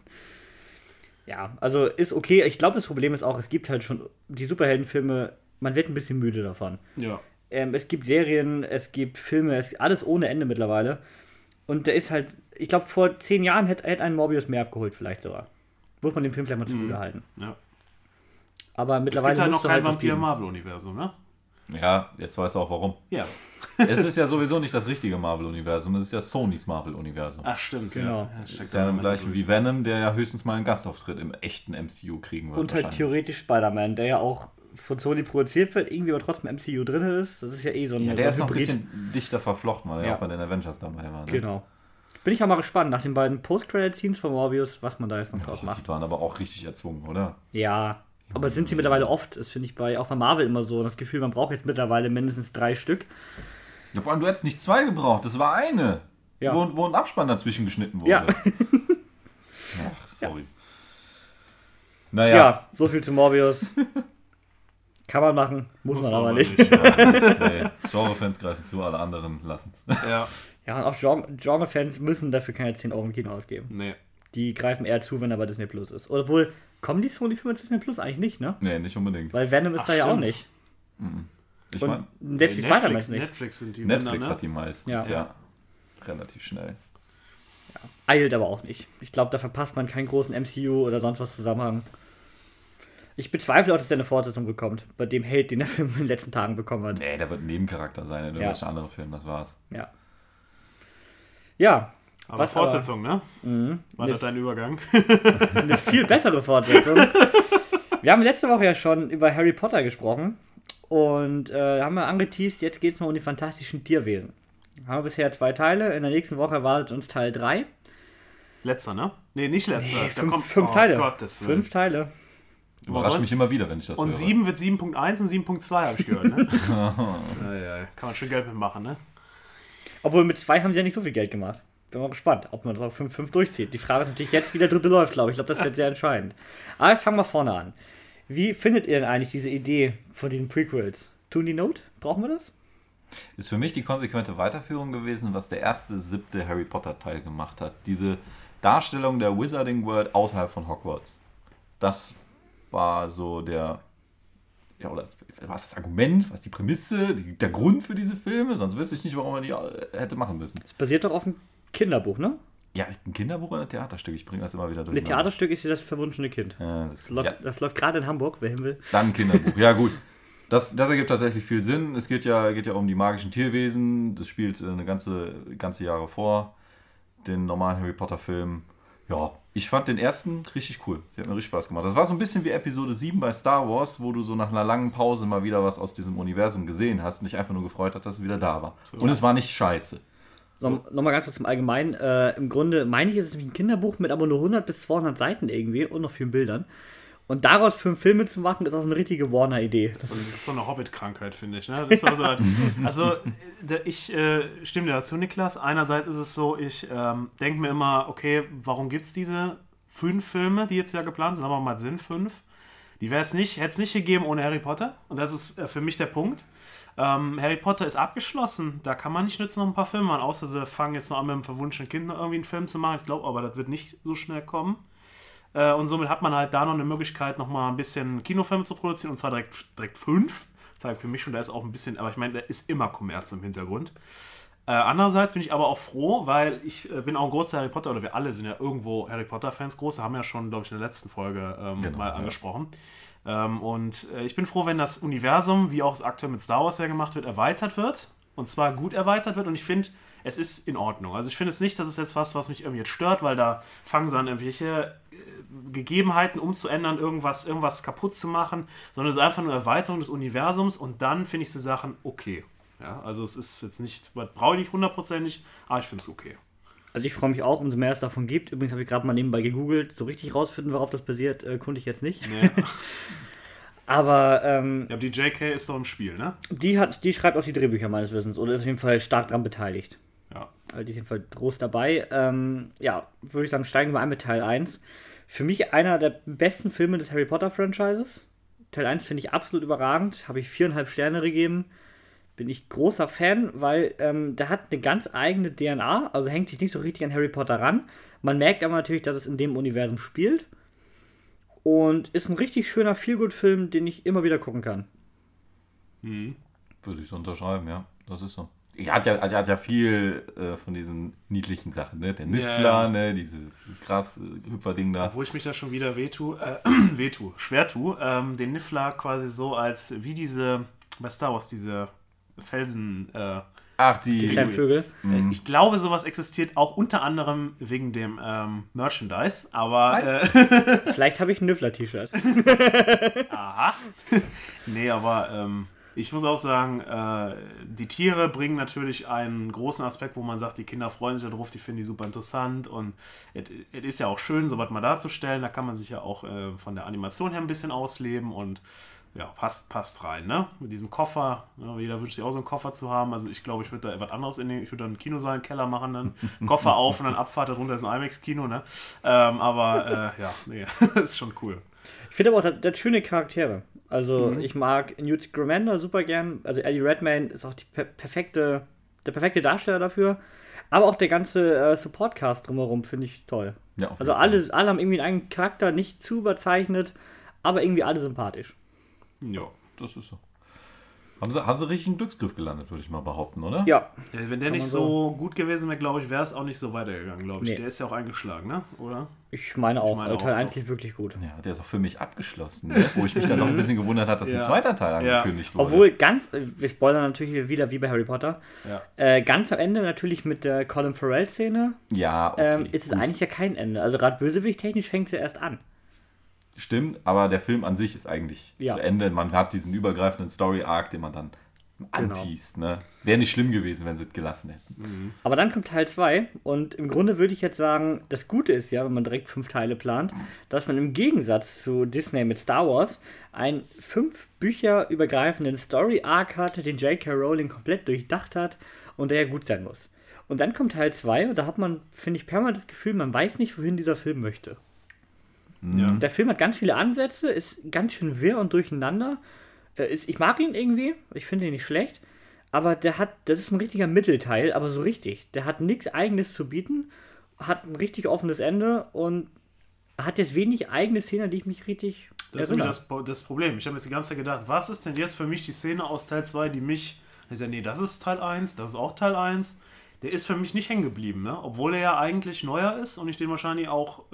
Ja, also ist okay. Ich glaube, das Problem ist auch, es gibt halt schon die Superheldenfilme, man wird ein bisschen müde davon. Ja. Es gibt Serien, es gibt Filme, es ist alles ohne Ende mittlerweile. Und der ist halt, ich glaube, vor 10 Jahren hätte ein Morbius mehr abgeholt, vielleicht sogar. Muss man den Film vielleicht mal zugute halten. Ja. Aber mittlerweile. Es gibt halt noch kein Vampir-Marvel-Universum, ne? Ja, jetzt weißt du auch warum. Ja. Es ist ja sowieso nicht das richtige Marvel-Universum, es ist ja Sonys Marvel-Universum. Ach, stimmt, genau. Das ist ja im gleichen wie Venom, der ja höchstens mal einen Gastauftritt im echten MCU kriegen wird. Und halt theoretisch Spider-Man, der ja auch von Sony produziert wird, irgendwie aber trotzdem MCU drin ist. Das ist ja so ein Ja, der ist noch ein Hybrid. bisschen dichter verflochten, weil er Ja. auch bei den Avengers dabei war. Ne? Genau. Bin ich auch mal gespannt, nach den beiden Post-Credit-Scenes von Morbius, was man da jetzt noch draus Die macht. waren aber auch richtig erzwungen, oder? Ja, aber sind sie mittlerweile oft. Das finde ich auch bei Marvel immer so. Das Gefühl, man braucht jetzt mittlerweile mindestens 3 Stück. Ja, vor allem, du hättest nicht 2 gebraucht, das war eine. Ja. Wo ein Abspann dazwischen geschnitten wurde. Ja. Ach, sorry. Naja. Ja, so viel zu Morbius. Kann man machen, muss man aber nicht. Nee, Genre-Fans greifen zu, alle anderen lassen es. Ja. Ja, und auch Genre-Fans müssen dafür keine 10 Euro im Kino ausgeben. Nee. Die greifen eher zu, wenn er bei Disney Plus ist. Oder wohl, kommen die Sony-Filme zu Disney Plus eigentlich nicht, ne? Nee, nicht unbedingt. Weil Venom ist da ja auch stimmt. nicht. Ich Und meine, selbst die Spider-Man nicht. Netflix sind die Netflix Länder, ne? hat die meistens, ja. Relativ schnell. Eilt aber auch nicht. Ich glaube, da verpasst man keinen großen MCU oder sonst was Zusammenhang. Ich bezweifle auch, dass er eine Fortsetzung bekommt, bei dem Hate, den der Film in den letzten Tagen bekommen hat. Nee, der wird ein Nebencharakter sein in irgendwelchen anderen Filmen, das war's. Ja. Ja. Aber Fortsetzung, ne? War das dein Übergang? Eine viel bessere Fortsetzung. Wir haben letzte Woche ja schon über Harry Potter gesprochen und haben wir angeteased, jetzt geht es mal um die fantastischen Tierwesen. Haben wir bisher 2 Teile, in der nächsten Woche erwartet uns Teil 3. Letzter, ne? Nee, nicht letzter. Nee, Da 5 kommt, Teile. Gottes Willen. 5 Teile. Überrascht mich immer wieder, wenn ich das Und höre. 7 wird 7.1 und 7.2, habe ich gehört, ne? Ja. Kann man schön Geld mitmachen, ne? Obwohl mit 2 haben sie ja nicht so viel Geld gemacht. Bin mal gespannt, ob man das auf 5 durchzieht. Die Frage ist natürlich jetzt, wie der dritte läuft, glaube ich. Ich glaube, das wird sehr entscheidend. Aber wir fangen mal vorne an. Wie findet ihr denn eigentlich diese Idee von diesen Prequels? Tun die Not? Brauchen wir das? Ist für mich die konsequente Weiterführung gewesen, was der erste 7. Harry Potter Teil gemacht hat. Diese Darstellung der Wizarding World außerhalb von Hogwarts. Das war so der, ja, oder was das Argument, was die Prämisse, der Grund für diese Filme, sonst wüsste ich nicht, warum man die hätte machen müssen. Das basiert doch auf einem Kinderbuch, ne? Ja, ein Kinderbuch oder ein Theaterstück, ich bringe das immer wieder durch. Ein Theaterstück ist ja das verwunschene Kind. Ja, Das läuft gerade in Hamburg, wer hin will. Dann ein Kinderbuch, ja gut. Das ergibt tatsächlich viel Sinn. Es geht ja um die magischen Tierwesen. Das spielt eine ganze Jahre vor den normalen Harry Potter Film. Ja, ich fand den ersten richtig cool. Der hat mir richtig Spaß gemacht. Das war so ein bisschen wie Episode 7 bei Star Wars, wo du so nach einer langen Pause mal wieder was aus diesem Universum gesehen hast und dich einfach nur gefreut hat, dass es wieder da war. So. Und es war nicht scheiße. So. Nochmal ganz kurz zum Allgemeinen. Im Grunde, meine ich, ist es nämlich ein Kinderbuch mit aber nur 100 bis 200 Seiten irgendwie und noch vielen Bildern. Und daraus 5 Filme zu machen, ist auch so eine richtige Warner-Idee. Das ist so eine Hobbit-Krankheit, finde ich. Ne? Das ist also ich stimme dir dazu, Niklas. Einerseits ist es so, ich denke mir immer, okay, warum gibt es diese 5 Filme, die jetzt ja geplant sind? Sagen wir mal, sind 5. Die hätte es nicht gegeben ohne Harry Potter. Und das ist für mich der Punkt. Harry Potter ist abgeschlossen. Da kann man nicht jetzt noch ein paar Filme machen, außer sie fangen jetzt noch an mit dem verwunschenen Kind noch irgendwie einen Film zu machen. Ich glaube aber, das wird nicht so schnell kommen. Und somit hat man halt da noch eine Möglichkeit, nochmal ein bisschen Kinofilme zu produzieren, und zwar direkt 5. Das zeigt für mich schon, da ist auch ein bisschen, aber ich meine, da ist immer Kommerz im Hintergrund. Andererseits bin ich aber auch froh, weil ich bin auch ein großer Harry Potter, oder wir alle sind ja irgendwo Harry Potter-Fans, große, haben ja schon, glaube ich, in der letzten Folge angesprochen. Und ich bin froh, wenn das Universum, wie auch es aktuell mit Star Wars ja gemacht wird, erweitert wird. Und zwar gut erweitert wird. Und ich finde, es ist in Ordnung. Also ich finde es nicht, dass es jetzt was mich irgendwie jetzt stört, weil da fangen sie an, irgendwelche Gegebenheiten umzuändern, irgendwas kaputt zu machen, sondern es ist einfach nur Erweiterung des Universums, und dann finde ich die Sachen okay. Ja, also es ist jetzt nicht, brauche ich nicht hundertprozentig, aber ich finde es okay. Also ich freue mich auch, umso mehr es davon gibt. Übrigens habe ich gerade mal nebenbei gegoogelt. So richtig rausfinden, worauf das basiert, konnte ich jetzt nicht. Nee. Aber die JK ist doch im Spiel, ne? Die schreibt auch die Drehbücher meines Wissens oder ist auf jeden Fall stark dran beteiligt. Ja. Also die ist auf jeden Fall groß dabei. Würde ich sagen, steigen wir ein mit Teil 1. Für mich einer der besten Filme des Harry Potter Franchises. Teil 1 finde ich absolut überragend. Habe ich 4,5 Sterne gegeben. Bin ich großer Fan, weil der hat eine ganz eigene DNA. Also hängt sich nicht so richtig an Harry Potter ran. Man merkt aber natürlich, dass es in dem Universum spielt. Und ist ein richtig schöner Feel-Good-Film, den ich immer wieder gucken kann. Würde ich so unterschreiben, ja. Das ist so. Er hat ja viel von diesen niedlichen Sachen, ne? Der Niffler, ne? Dieses krass Hüpferding da. Wo ich mich da schon wieder schwer tue, den Niffler quasi so als wie diese bei Star Wars diese Felsen... die kleinen Vögel. Ich glaube, sowas existiert auch unter anderem wegen dem Merchandise, aber... Vielleicht habe ich ein Nüffler-T-Shirt. Aha. Nee, aber ich muss auch sagen, die Tiere bringen natürlich einen großen Aspekt, wo man sagt, die Kinder freuen sich darauf, die finden die super interessant und es ist ja auch schön, sowas mal darzustellen. Da kann man sich ja auch von der Animation her ein bisschen ausleben und ja, passt rein, ne? Mit diesem Koffer. Ne? Jeder wünscht sich auch so einen Koffer zu haben. Also ich glaube, ich würde da etwas anderes ich würde da einen Kinosaal, einen Keller machen, dann Koffer auf und dann Abfahrt, darunter ist ein IMAX-Kino, ne? Ja, nee, das ist schon cool. Ich finde aber auch, das schöne Charaktere. Also ich mag Newt Scamander super gern. Also Eddie Redmayne ist auch der perfekte Darsteller dafür. Aber auch der ganze Support-Cast drumherum finde ich toll. Ja, also alle haben irgendwie einen eigenen Charakter, nicht zu überzeichnet, aber irgendwie alle sympathisch. Ja, das ist so. Haben sie richtig einen Glücksgriff gelandet, würde ich mal behaupten, oder? Ja. Wenn der nicht so gut gewesen wäre, glaube ich, wäre es auch nicht so weitergegangen, glaube ich. Nee. Der ist ja auch eingeschlagen, ne? Oder? Ich meine auch. Teil 1 ist wirklich gut. Ja, der ist auch für mich abgeschlossen, ne? Wo ich mich dann noch ein bisschen gewundert habe, dass ein zweiter Teil angekündigt wurde. Obwohl wir spoilern natürlich wieder wie bei Harry Potter. Ja. Ganz am Ende natürlich mit der Colin Farrell-Szene. Ja, okay, ist es eigentlich ja kein Ende. Also gerade Bösewicht-technisch fängt es ja erst an. Stimmt, aber der Film an sich ist eigentlich zu Ende. Man hat diesen übergreifenden Story-Arc, den man dann anteast. Ne? Wäre nicht schlimm gewesen, wenn sie es gelassen hätten. Aber dann kommt Teil 2 und im Grunde würde ich jetzt sagen, das Gute ist ja, wenn man direkt 5 Teile plant, dass man im Gegensatz zu Disney mit Star Wars einen 5 Bücher übergreifenden Story-Arc hatte, den J.K. Rowling komplett durchdacht hat und der ja gut sein muss. Und dann kommt Teil 2 und da hat man, finde ich, permanent das Gefühl, man weiß nicht, wohin dieser Film möchte. Ja. Der Film hat ganz viele Ansätze, ist ganz schön wirr und durcheinander. Ich mag ihn irgendwie, ich finde ihn nicht schlecht, aber das ist ein richtiger Mittelteil, aber so richtig. Der hat nichts Eigenes zu bieten, hat ein richtig offenes Ende und hat jetzt wenig eigene Szenen, die ich mich richtig Das ist nämlich das Problem. Ich habe jetzt die ganze Zeit gedacht, was ist denn jetzt für mich die Szene aus Teil 2, die mich... Ich sage, nee, das ist Teil 1, das ist auch Teil 1. Der ist für mich nicht hängen geblieben, ne? Obwohl er ja eigentlich neuer ist und ich den wahrscheinlich auch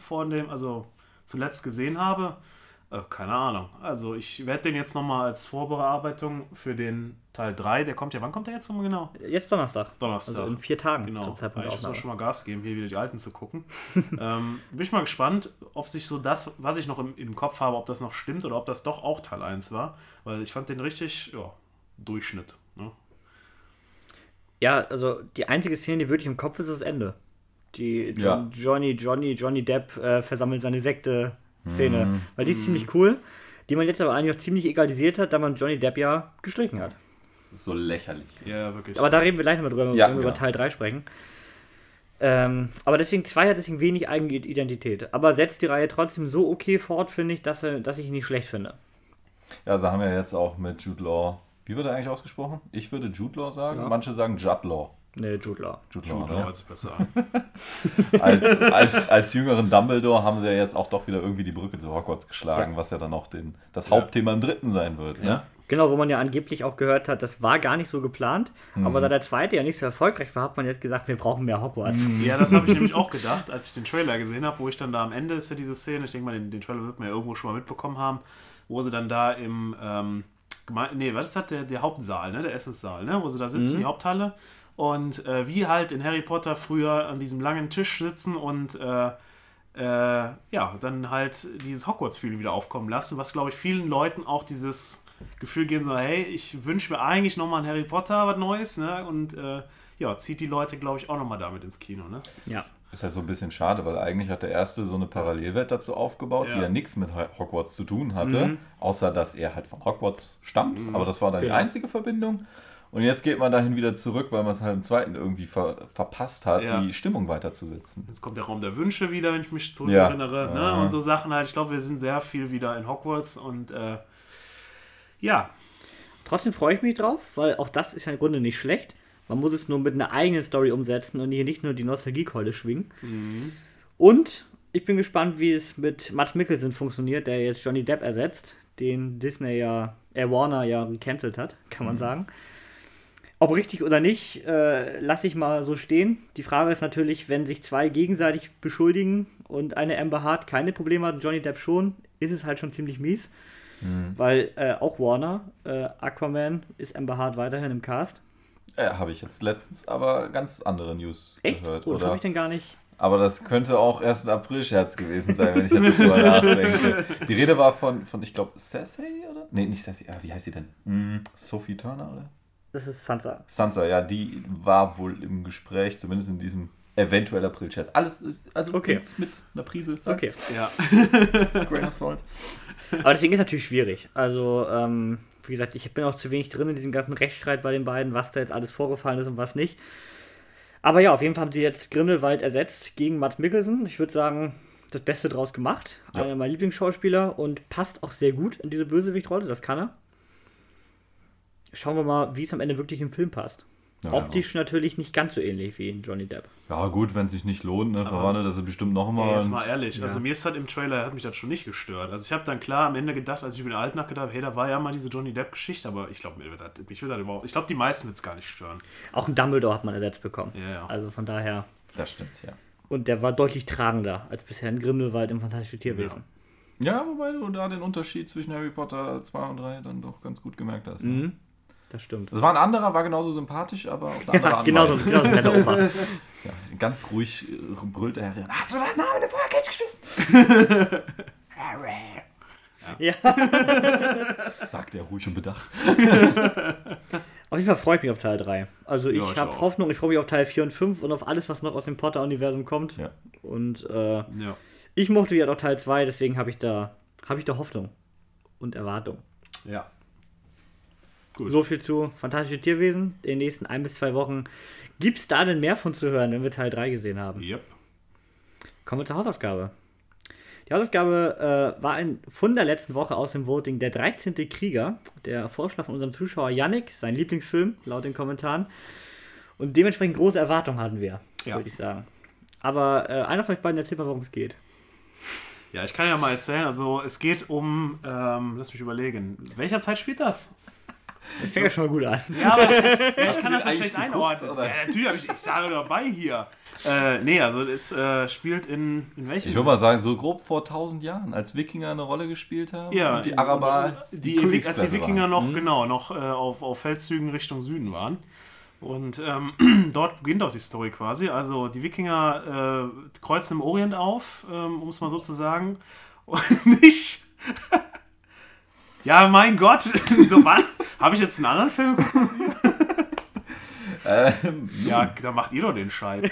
zuletzt gesehen habe. Keine Ahnung. Also ich werde den jetzt nochmal als Vorbereitung für den Teil 3, der kommt ja, wann kommt der jetzt nochmal genau? Jetzt Donnerstag. Also in 4 Tagen. Genau. Ich muss schon mal Gas geben, hier wieder die Alten zu gucken. Bin ich mal gespannt, ob sich so das, was ich noch im Kopf habe, ob das noch stimmt oder ob das doch auch Teil 1 war. Weil ich fand den richtig, Durchschnitt. Ne? Ja, also die einzige Szene, die wirklich im Kopf ist, das Ende. Johnny Depp versammelt seine Sekte-Szene. Weil die ist ziemlich cool, die man jetzt aber eigentlich auch ziemlich egalisiert hat, da man Johnny Depp ja gestrichen hat. Das ist so lächerlich. Ja, wirklich. Aber da reden wir gleich nochmal drüber, wenn wir über Teil 3 sprechen. Aber deswegen 2 hat deswegen wenig eigene Identität. Aber setzt die Reihe trotzdem so okay fort, finde ich, dass ich ihn nicht schlecht finde. Ja, also haben wir jetzt auch mit Jude Law. Wie wird er eigentlich ausgesprochen? Ich würde Jude Law sagen, manche sagen Jude Law. Nee, Jude Law. Jude Law hört sich besser an. als jüngeren Dumbledore haben sie ja jetzt auch doch wieder irgendwie die Brücke zu Hogwarts geschlagen, was ja dann auch das Hauptthema im 3. sein wird. Ja. Ne? Genau, wo man ja angeblich auch gehört hat, das war gar nicht so geplant, aber da der 2. ja nicht so erfolgreich war, hat man jetzt gesagt, wir brauchen mehr Hogwarts. Ja, das habe ich nämlich auch gedacht, als ich den Trailer gesehen habe, wo ich dann da am Ende ist ja diese Szene, ich denke mal, den Trailer wird man ja irgendwo schon mal mitbekommen haben, wo sie dann da im, was ist das, der Hauptsaal, ne, der Essenssaal, ne, wo sie da sitzen, die Haupthalle. Und wie halt in Harry Potter früher an diesem langen Tisch sitzen und dann halt dieses Hogwarts-Feeling wieder aufkommen lassen, was, glaube ich, vielen Leuten auch dieses Gefühl geben, so, hey, ich wünsche mir eigentlich nochmal ein Harry Potter, was Neues, ne? Und zieht die Leute, glaube ich, auch nochmal damit ins Kino, ne? Ist ja so ein bisschen schade, weil eigentlich hat der erste so eine Parallelwelt dazu aufgebaut, die ja nichts mit Hogwarts zu tun hatte, außer dass er halt von Hogwarts stammt, aber das war dann die einzige Verbindung. Und jetzt geht man dahin wieder zurück, weil man es halt im 2. irgendwie verpasst hat, die Stimmung weiterzusetzen. Jetzt kommt der Raum der Wünsche wieder, wenn ich mich zurückerinnere, ne? Und so Sachen halt. Ich glaube, wir sind sehr viel wieder in Hogwarts und Trotzdem freue ich mich drauf, weil auch das ist ja im Grunde nicht schlecht. Man muss es nur mit einer eigenen Story umsetzen und hier nicht nur die Nostalgiekeule schwingen. Und ich bin gespannt, wie es mit Mads Mikkelsen funktioniert, der jetzt Johnny Depp ersetzt, den Warner ja gecancelt hat, kann man sagen. Ob richtig oder nicht, lasse ich mal so stehen. Die Frage ist natürlich, wenn sich 2 gegenseitig beschuldigen und eine Amber Heard keine Probleme hat und Johnny Depp schon, ist es halt schon ziemlich mies. weil auch Warner, Aquaman, ist Amber Heard weiterhin im Cast. Habe ich jetzt letztens aber ganz andere News gehört. Oh, das habe ich denn gar nicht. Aber das könnte auch erst ein April-Scherz gewesen sein, wenn ich jetzt drüber nachdenke. Die Rede war von ich glaube, Cersei, oder? Nee, nicht Cersei. Wie heißt sie denn? Sophie Turner, oder? Das ist Sansa. Sansa, ja, die war wohl im Gespräch, zumindest in diesem eventuell April-Scherz. Alles ist, also okay. Mit einer Prise Salz. Okay. Ja. Grain of Salt. Aber deswegen ist es natürlich schwierig. Also, wie gesagt, ich bin auch zu wenig drin in diesem ganzen Rechtsstreit bei den beiden, was da jetzt alles vorgefallen ist und was nicht. Aber ja, auf jeden Fall haben sie jetzt Grindelwald ersetzt gegen Mads Mikkelsen. Ich würde sagen, das Beste draus gemacht. Ja. Einer meiner Lieblingsschauspieler und passt auch sehr gut in diese Bösewichtrolle, das kann er. Schauen wir mal, wie es am Ende wirklich im Film passt. Ja, optisch natürlich nicht ganz so ähnlich wie in Johnny Depp. Ja gut, wenn es sich nicht lohnt, ne, verwandelt das bestimmt nochmal. Ja, jetzt mal ehrlich, also mir ist halt im Trailer, hat mich das schon nicht gestört. Also ich habe dann klar am Ende gedacht, als ich über den Alten nachgedacht habe, hey, da war ja mal diese Johnny Depp-Geschichte, aber ich glaube, ich glaube, die meisten wird es gar nicht stören. Auch ein Dumbledore hat man ersetzt bekommen. Ja. Also von daher. Das stimmt, ja. Und der war deutlich tragender als bisher in Grindelwald im Fantastischen Tierwesen. Ja, wobei du da den Unterschied zwischen Harry Potter 2 und 3 dann doch ganz gut gemerkt hast. Ne? Das stimmt. Das war ein anderer, war genauso sympathisch, aber auf eine andere Art. Genauso netter Opa. Ja, ganz ruhig brüllt er herein. Hast du deinen Namen in den Feuerkelch geschmissen? Ja. Sagt er ruhig und bedacht. Auf jeden Fall freue ich mich auf Teil 3. Also ich habe Hoffnung, ich freue mich auf Teil 4 und 5 und auf alles, was noch aus dem Potter-Universum kommt. Ja. Und ich mochte ja auch Teil 2, deswegen habe ich da Hoffnung und Erwartung. Ja. Gut. So viel zu Fantastische Tierwesen. In den nächsten 1 bis 2 Wochen gibt es da denn mehr von zu hören, wenn wir Teil 3 gesehen haben. Yep. Kommen wir zur Hausaufgabe. Die Hausaufgabe war ein Fund der letzten Woche aus dem Voting der 13. Krieger. Der Vorschlag von unserem Zuschauer Yannick, sein Lieblingsfilm, laut den Kommentaren. Und dementsprechend große Erwartungen hatten wir, würde ich sagen. Aber einer von euch beiden erzählt mal, worum es geht. Ja, ich kann ja mal erzählen. Also es geht um, lass mich überlegen, welcher Zeit spielt das? Das fängt ja schon mal gut an. Ja, aber ich kann das nicht schlecht einordnen. Ja, natürlich habe ich sage dabei hier. Nee, also es spielt in welchem? Ich würde mal sagen, so grob vor 1000 Jahren, als Wikinger eine Rolle gespielt haben. Ja, und die Araber, als die Wikinger waren. noch auf Feldzügen Richtung Süden waren. Und dort beginnt auch die Story quasi. Also die Wikinger kreuzen im Orient auf, um es mal so zu sagen. Und nicht... Ja, mein Gott. So, wann? Habe ich jetzt einen anderen Film geguckt? Ja, da macht ihr doch den Scheiß.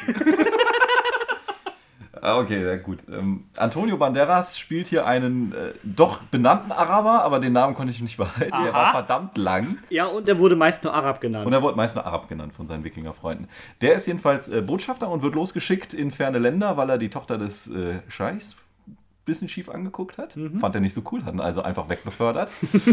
Okay, ja, gut. Antonio Banderas spielt hier einen doch benannten Araber, aber den Namen konnte ich nicht behalten. Aha. Er war verdammt lang. Ja, und er wurde meist nur Arab genannt. Und er wurde meist nur Arab genannt von seinen Wikingerfreunden. Der ist jedenfalls Botschafter und wird losgeschickt in ferne Länder, weil er die Tochter des Scheichs bisschen schief angeguckt hat. Fand er nicht so cool, hat ihn also einfach wegbefördert.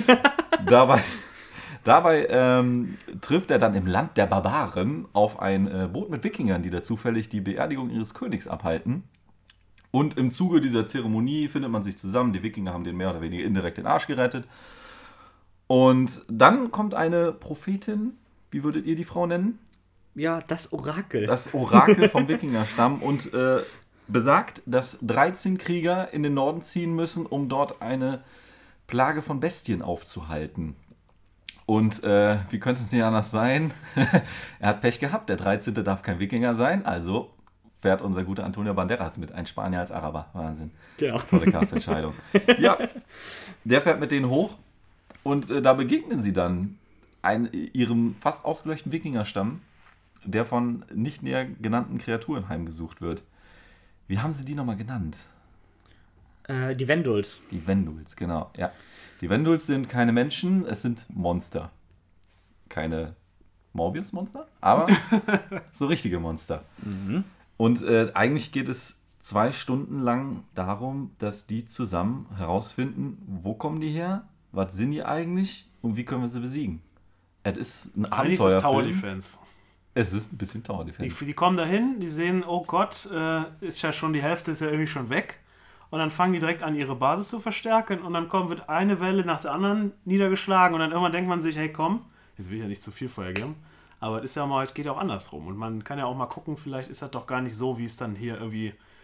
Dabei trifft er dann im Land der Barbaren auf ein Boot mit Wikingern, die da zufällig die Beerdigung ihres Königs abhalten. Und im Zuge dieser Zeremonie findet man sich zusammen. Die Wikinger haben den mehr oder weniger indirekt den Arsch gerettet. Und dann kommt eine Prophetin, wie würdet ihr die Frau nennen? Ja, das Orakel. Das Orakel vom Wikingerstamm und besagt, dass 13 Krieger in den Norden ziehen müssen, um dort eine Plage von Bestien aufzuhalten. Und wie könnte es nicht anders sein? Er hat Pech gehabt, der 13. darf kein Wikinger sein, also fährt unser guter Antonio Banderas mit, ein Spanier als Araber. Wahnsinn. Genau. Tolle Castentscheidung. Ja, der fährt mit denen hoch und da begegnen sie dann ihrem fast ausgelöschten Wikingerstamm, der von nicht näher genannten Kreaturen heimgesucht wird. Wie haben sie die nochmal genannt? Die Wenduls. Die Wenduls, genau, ja. Die Wenduls sind keine Menschen, es sind Monster. Keine Morbius-Monster, aber so richtige Monster. Und eigentlich geht es 2 Stunden lang darum, dass die zusammen herausfinden, wo kommen die her, was sind die eigentlich und wie können wir sie besiegen. Es ist ein Abenteuerfilm. Ist Tower Defense. Es ist ein bisschen Tower Defense. Die kommen dahin, die sehen, oh Gott, ist ja schon die Hälfte ist ja irgendwie schon weg. Und dann fangen die direkt an, ihre Basis zu verstärken. Und dann wird eine Welle nach der anderen niedergeschlagen. Und dann irgendwann denkt man sich, hey komm, jetzt will ich ja nicht zu viel vorher geben. Aber es geht ja auch andersrum. Und man kann ja auch mal gucken, vielleicht ist das doch gar nicht so, wie es dann hier irgendwie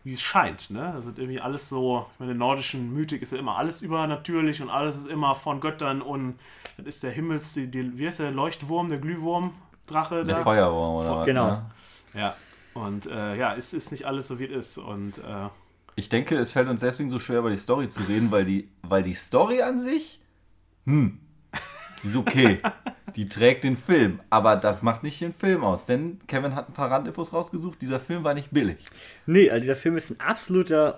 wie es scheint. Ne? Das ist irgendwie alles so, ich meine, in der nordischen Mythik ist ja immer alles übernatürlich und alles ist immer von Göttern und das ist der wie heißt der Leuchtwurm, der Glühwurm, Drache? Der Feuerwurm, oder? Genau. Ne? Ja, und es ist nicht alles so, wie es ist. Und ich denke, es fällt uns deswegen so schwer, über die Story zu reden, weil die Story an sich, die ist okay. Die trägt den Film, aber das macht nicht den Film aus, denn Kevin hat ein paar Randinfos rausgesucht, dieser Film war nicht billig. Nee, also dieser Film ist ein absoluter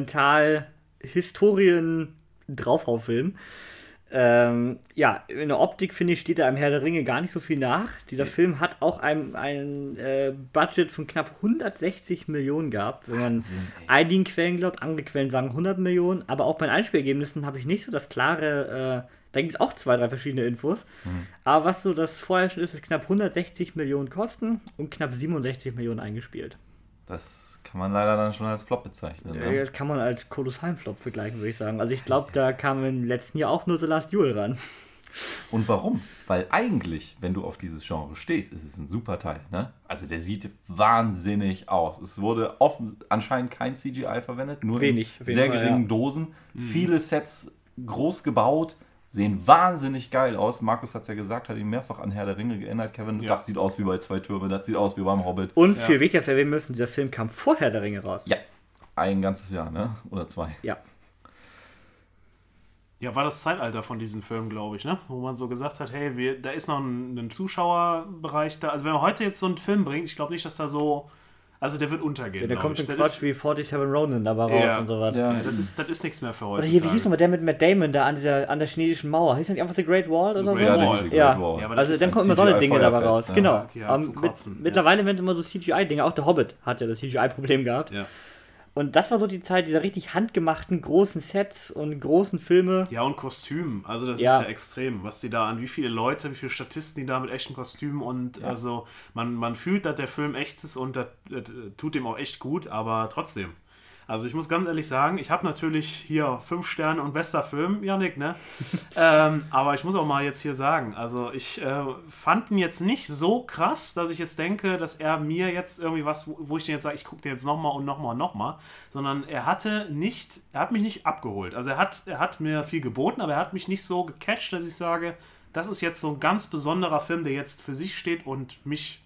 Monumental-Historien-Draufhaufilm. In der Optik, finde ich, steht da im Herr der Ringe gar nicht so viel nach. Dieser Film hat auch ein Budget von knapp 160 Millionen gehabt, wenn man einigen Quellen glaubt. Andere Quellen sagen 100 Millionen, aber auch bei den Einspielergebnissen habe ich nicht so das klare, da gibt es auch 2, 3 verschiedene Infos. Aber was so das Vorherrschen ist knapp 160 Millionen Kosten und knapp 67 Millionen eingespielt. Das kann man leider dann schon als Flop bezeichnen. Ne? Das kann man als kolossalen Flop vergleichen, würde ich sagen. Also ich glaube, da kam im letzten Jahr auch nur The Last Duel ran. Und warum? Weil eigentlich, wenn du auf dieses Genre stehst, ist es ein super Teil. Ne? Also der sieht wahnsinnig aus. Es wurde anscheinend kein CGI verwendet, nur in sehr geringen Dosen. Viele Sets groß gebaut, sehen wahnsinnig geil aus. Markus hat es ja gesagt, hat ihn mehrfach an Herr der Ringe geändert. Kevin, das sieht aus wie bei 2 Türme, das sieht aus wie beim Hobbit. Und viel wichtiger erwähnen müssen, dieser Film kam vor Herr der Ringe raus. Ja, ein ganzes Jahr, ne? Oder 2. Ja. Ja, war das Zeitalter von diesem Film, glaube ich, ne? Wo man so gesagt hat, hey, da ist noch ein Zuschauerbereich da. Also wenn man heute jetzt so einen Film bringt, ich glaube nicht, dass da so... Also der wird untergehen. Ja, da kommt so ein Quatsch wie 47 Ronin dabei raus und so was. Ja, das ist nichts mehr für heute. Oder hier, wie hieß nochmal der mit Matt Damon da an der chinesischen Mauer? Hieß das nicht einfach The Great Wall oder so? Ja, also dann kommen immer so eine Dinge dabei raus. Ja. Genau. Ja, mittlerweile werden es immer so CGI-Dinge. Auch der Hobbit hat ja das CGI-Problem gehabt. Ja. Und das war so die Zeit dieser richtig handgemachten großen Sets und großen Filme. Ja, und Kostümen. Also das ist ja extrem, was die da an, wie viele Leute, wie viele Statisten die da mit echten Kostümen und also man fühlt, dass der Film echt ist und das tut dem auch echt gut, aber trotzdem. Also ich muss ganz ehrlich sagen, ich habe natürlich hier 5 Sterne und bester Film, Yannick, ne? Aber ich muss auch mal jetzt hier sagen, also ich fand ihn jetzt nicht so krass, dass ich jetzt denke, dass er mir jetzt irgendwie was, wo ich den jetzt sage, ich gucke den jetzt nochmal und nochmal und nochmal, sondern er hat mich nicht abgeholt. Also er hat mir viel geboten, aber er hat mich nicht so gecatcht, dass ich sage, das ist jetzt so ein ganz besonderer Film, der jetzt für sich steht und mich,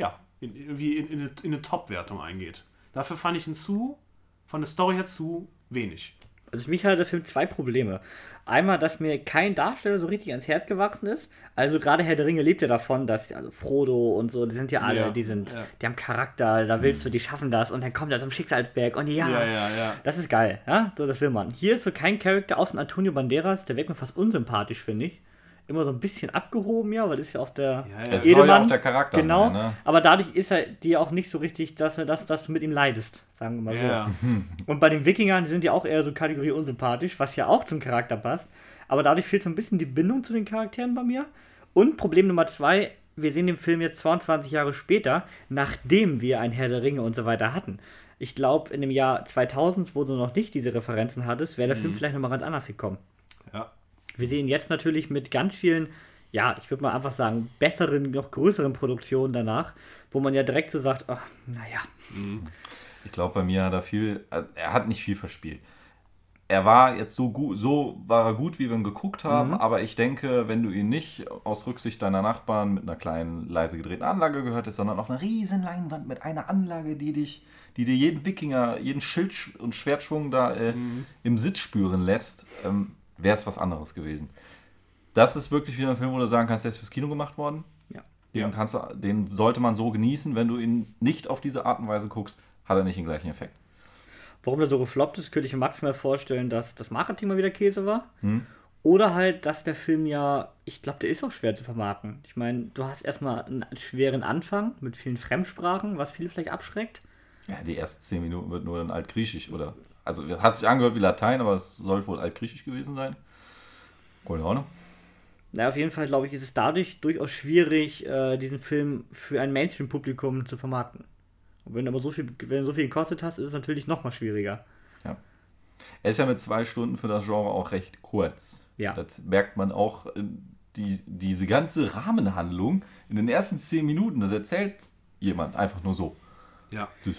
in eine Top-Wertung eingeht. Dafür fand ich ihn von der Story her zu wenig. Also mich hat der Film 2 Probleme. Einmal, dass mir kein Darsteller so richtig ans Herz gewachsen ist. Also gerade Herr der Ringe lebt ja davon, dass Frodo und so, die sind ja alle, die haben Charakter, da willst du, die schaffen das und dann kommt er zum Schicksalsberg und das ist geil, ja, so das will man. Hier ist so kein Charakter außer Antonio Banderas, der wirkt mir fast unsympathisch, finde ich. Immer so ein bisschen abgehoben, weil das ist ja auch der Es soll ja auch der Charakter genau, sein, ne? Aber dadurch ist er dir auch nicht so richtig, dass du mit ihm leidest, sagen wir mal so. Ja. Und bei den Wikingern, die sind ja auch eher so Kategorie unsympathisch, was ja auch zum Charakter passt. Aber dadurch fehlt so ein bisschen die Bindung zu den Charakteren bei mir. Und Problem Nummer 2, wir sehen den Film jetzt 22 Jahre später, nachdem wir ein Herr der Ringe und so weiter hatten. Ich glaube, in dem Jahr 2000, wo du noch nicht diese Referenzen hattest, wäre der Film vielleicht nochmal ganz anders gekommen. Ja. Wir sehen jetzt natürlich mit ganz vielen, ich würde mal einfach sagen, besseren, noch größeren Produktionen danach, wo man ja direkt so sagt, Ich glaube, bei mir hat er hat nicht viel verspielt. Er war jetzt so war er gut, wie wir ihn geguckt haben, aber ich denke, wenn du ihn nicht aus Rücksicht deiner Nachbarn mit einer kleinen, leise gedrehten Anlage gehört hast, sondern auf einer riesen Leinwand mit einer Anlage, die dir jeden Wikinger, jeden Schild- und Schwertschwung da im Sitz spüren lässt, wäre es was anderes gewesen. Das ist wirklich wieder ein Film, wo du sagen kannst, der ist fürs Kino gemacht worden. Ja. Den sollte man so genießen. Wenn du ihn nicht auf diese Art und Weise guckst, hat er nicht den gleichen Effekt. Warum der so gefloppt ist, könnte ich mir maximal vorstellen, dass das Marketing mal wieder Käse war. Oder halt, dass der Film ich glaube, der ist auch schwer zu vermarkten. Ich meine, du hast erstmal einen schweren Anfang mit vielen Fremdsprachen, was viele vielleicht abschreckt. Ja, die ersten 10 Minuten wird nur in Altgriechisch also hat sich angehört wie Latein, aber es sollte wohl Altgriechisch gewesen sein. Keine Ahnung. Na, auf jeden Fall, glaube ich, ist es dadurch durchaus schwierig, diesen Film für ein Mainstream-Publikum zu vermarkten. Und wenn du so viel gekostet hast, ist es natürlich noch mal schwieriger. Ja. Er ist ja mit 2 Stunden für das Genre auch recht kurz. Ja. Das merkt man auch, diese ganze Rahmenhandlung in den ersten 10 Minuten, das erzählt jemand einfach nur so. Ja. Das war's.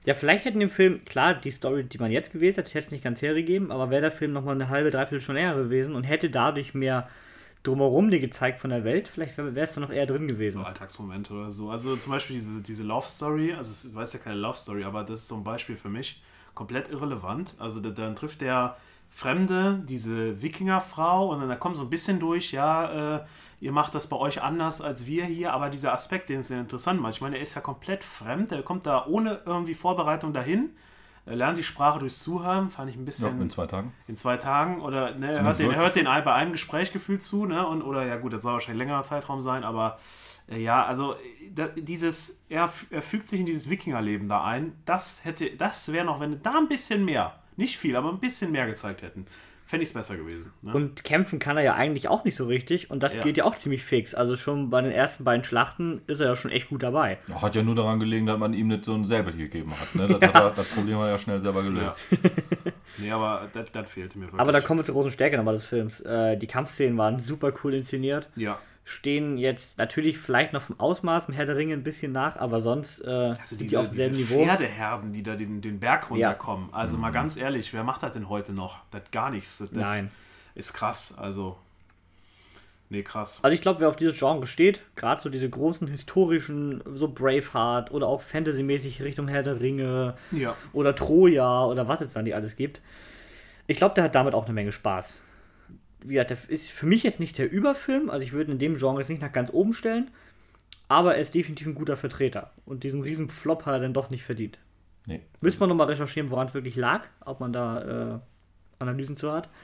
Ja, vielleicht hätten dem Film, klar, die Story, die man jetzt gewählt hat, ich hätte es nicht ganz hergegeben, aber wäre der Film nochmal eine halbe, dreiviertel Stunde länger gewesen und hätte dadurch mehr drumherum dir gezeigt von der Welt, vielleicht wäre es dann noch eher drin gewesen. So Alltagsmomente oder so. Also zum Beispiel diese Love Story, also es war ja keine Love Story, aber das ist so ein Beispiel für mich, komplett irrelevant. Also dann trifft der Fremde diese Wikingerfrau und dann kommt so ein bisschen durch, ja, ihr macht das bei euch anders als wir hier, aber dieser Aspekt, den ist sehr interessant macht. Ich meine, er ist ja komplett fremd, er kommt da ohne irgendwie Vorbereitung dahin, lernt die Sprache durchs Zuhören, fand ich ein bisschen... Ja, in 2 Tagen. In 2 Tagen, oder ne, er hört den bei einem Gespräch gefühlt zu, ne, oder ja gut, das soll wahrscheinlich ein längerer Zeitraum sein, aber ja, also er fügt sich in dieses Wikingerleben da ein, das wäre noch, wenn da ein bisschen mehr, nicht viel, aber ein bisschen mehr gezeigt hätten, fände ich es besser gewesen. Ne? Und kämpfen kann er ja eigentlich auch nicht so richtig und das geht ja auch ziemlich fix. Also schon bei den ersten beiden Schlachten ist er ja schon echt gut dabei. Ja, hat ja nur daran gelegen, dass man ihm nicht so ein Säbel gegeben hat. Ne? Das Problem war ja schnell selber gelöst. Ja. Nee, aber das fehlte mir wirklich. Aber da kommen wir zur großen Stärke nochmal des Films. Die Kampfszenen waren super cool inszeniert. Ja. Stehen jetzt natürlich vielleicht noch vom Ausmaß im Herr der Ringe ein bisschen nach, aber sonst sind die auf demselben Niveau. Pferdeherden, die da den Berg runterkommen. Also mal ganz ehrlich, wer macht das denn heute noch? Das gar nichts. Das Nein. Ist krass. Also, nee, krass. Also ich glaube, wer auf dieses Genre steht, gerade so diese großen historischen, so Braveheart oder auch Fantasy-mäßig Richtung Herr der Ringe oder Troja oder was es dann die alles gibt, ich glaube, der hat damit auch eine Menge Spaß. Wie gesagt, der ist für mich jetzt nicht der Überfilm, also ich würde in dem Genre jetzt nicht nach ganz oben stellen, aber er ist definitiv ein guter Vertreter. Und diesen riesen Flop hat er dann doch nicht verdient. Nee. Müssen wir nochmal recherchieren, woran es wirklich lag, ob man da Analysen zu hat.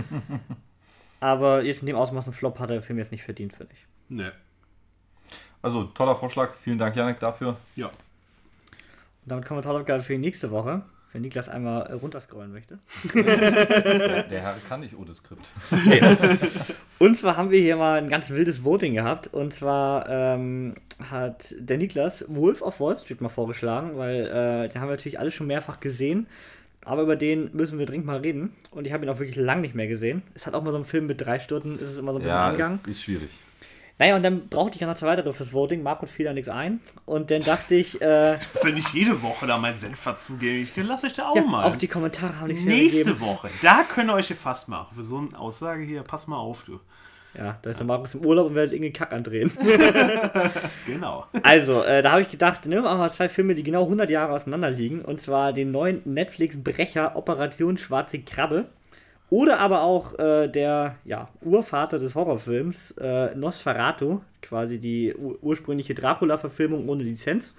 Aber jetzt in dem Ausmaß ein Flop hat der Film jetzt nicht verdient, finde ich. Nee. Also, toller Vorschlag. Vielen Dank, Janek, dafür. Ja. Und damit kommen wir zur Aufgabe für die nächste Woche. Wenn Niklas einmal runterscrollen möchte. Der Herr kann nicht ohne Skript. Okay. Und zwar haben wir hier mal ein ganz wildes Voting gehabt. Und zwar hat der Niklas Wolf of Wall Street mal vorgeschlagen, weil den haben wir natürlich alle schon mehrfach gesehen. Aber über den müssen wir dringend mal reden. Und ich habe ihn auch wirklich lange nicht mehr gesehen. Es hat auch mal so ein Film mit 3 Stunden, ist es immer so ein bisschen Angang. Ja, ist schwierig. Naja, und dann brauchte ich ja noch 2 weitere fürs Voting. Markus fiel da nichts ein. Und dann dachte ich... Ich muss ja nicht jede Woche da mein Senf dazugeben. Ich lasse euch da auch mal. Auch die Kommentare haben nichts Nächste Woche, da könnt ihr euch gefasst machen. Für so eine Aussage hier, pass mal auf, du. Ja, da ist der Markus im Urlaub und werdet irgendeinen Kack andrehen. Genau. Also, da habe ich gedacht, ne, machen wir 2 Filme, die genau 100 Jahre auseinander liegen. Und zwar den neuen Netflix-Brecher Operation Schwarze Krabbe. Oder aber auch der Urvater des Horrorfilms, Nosferatu, quasi die ursprüngliche Dracula-Verfilmung ohne Lizenz.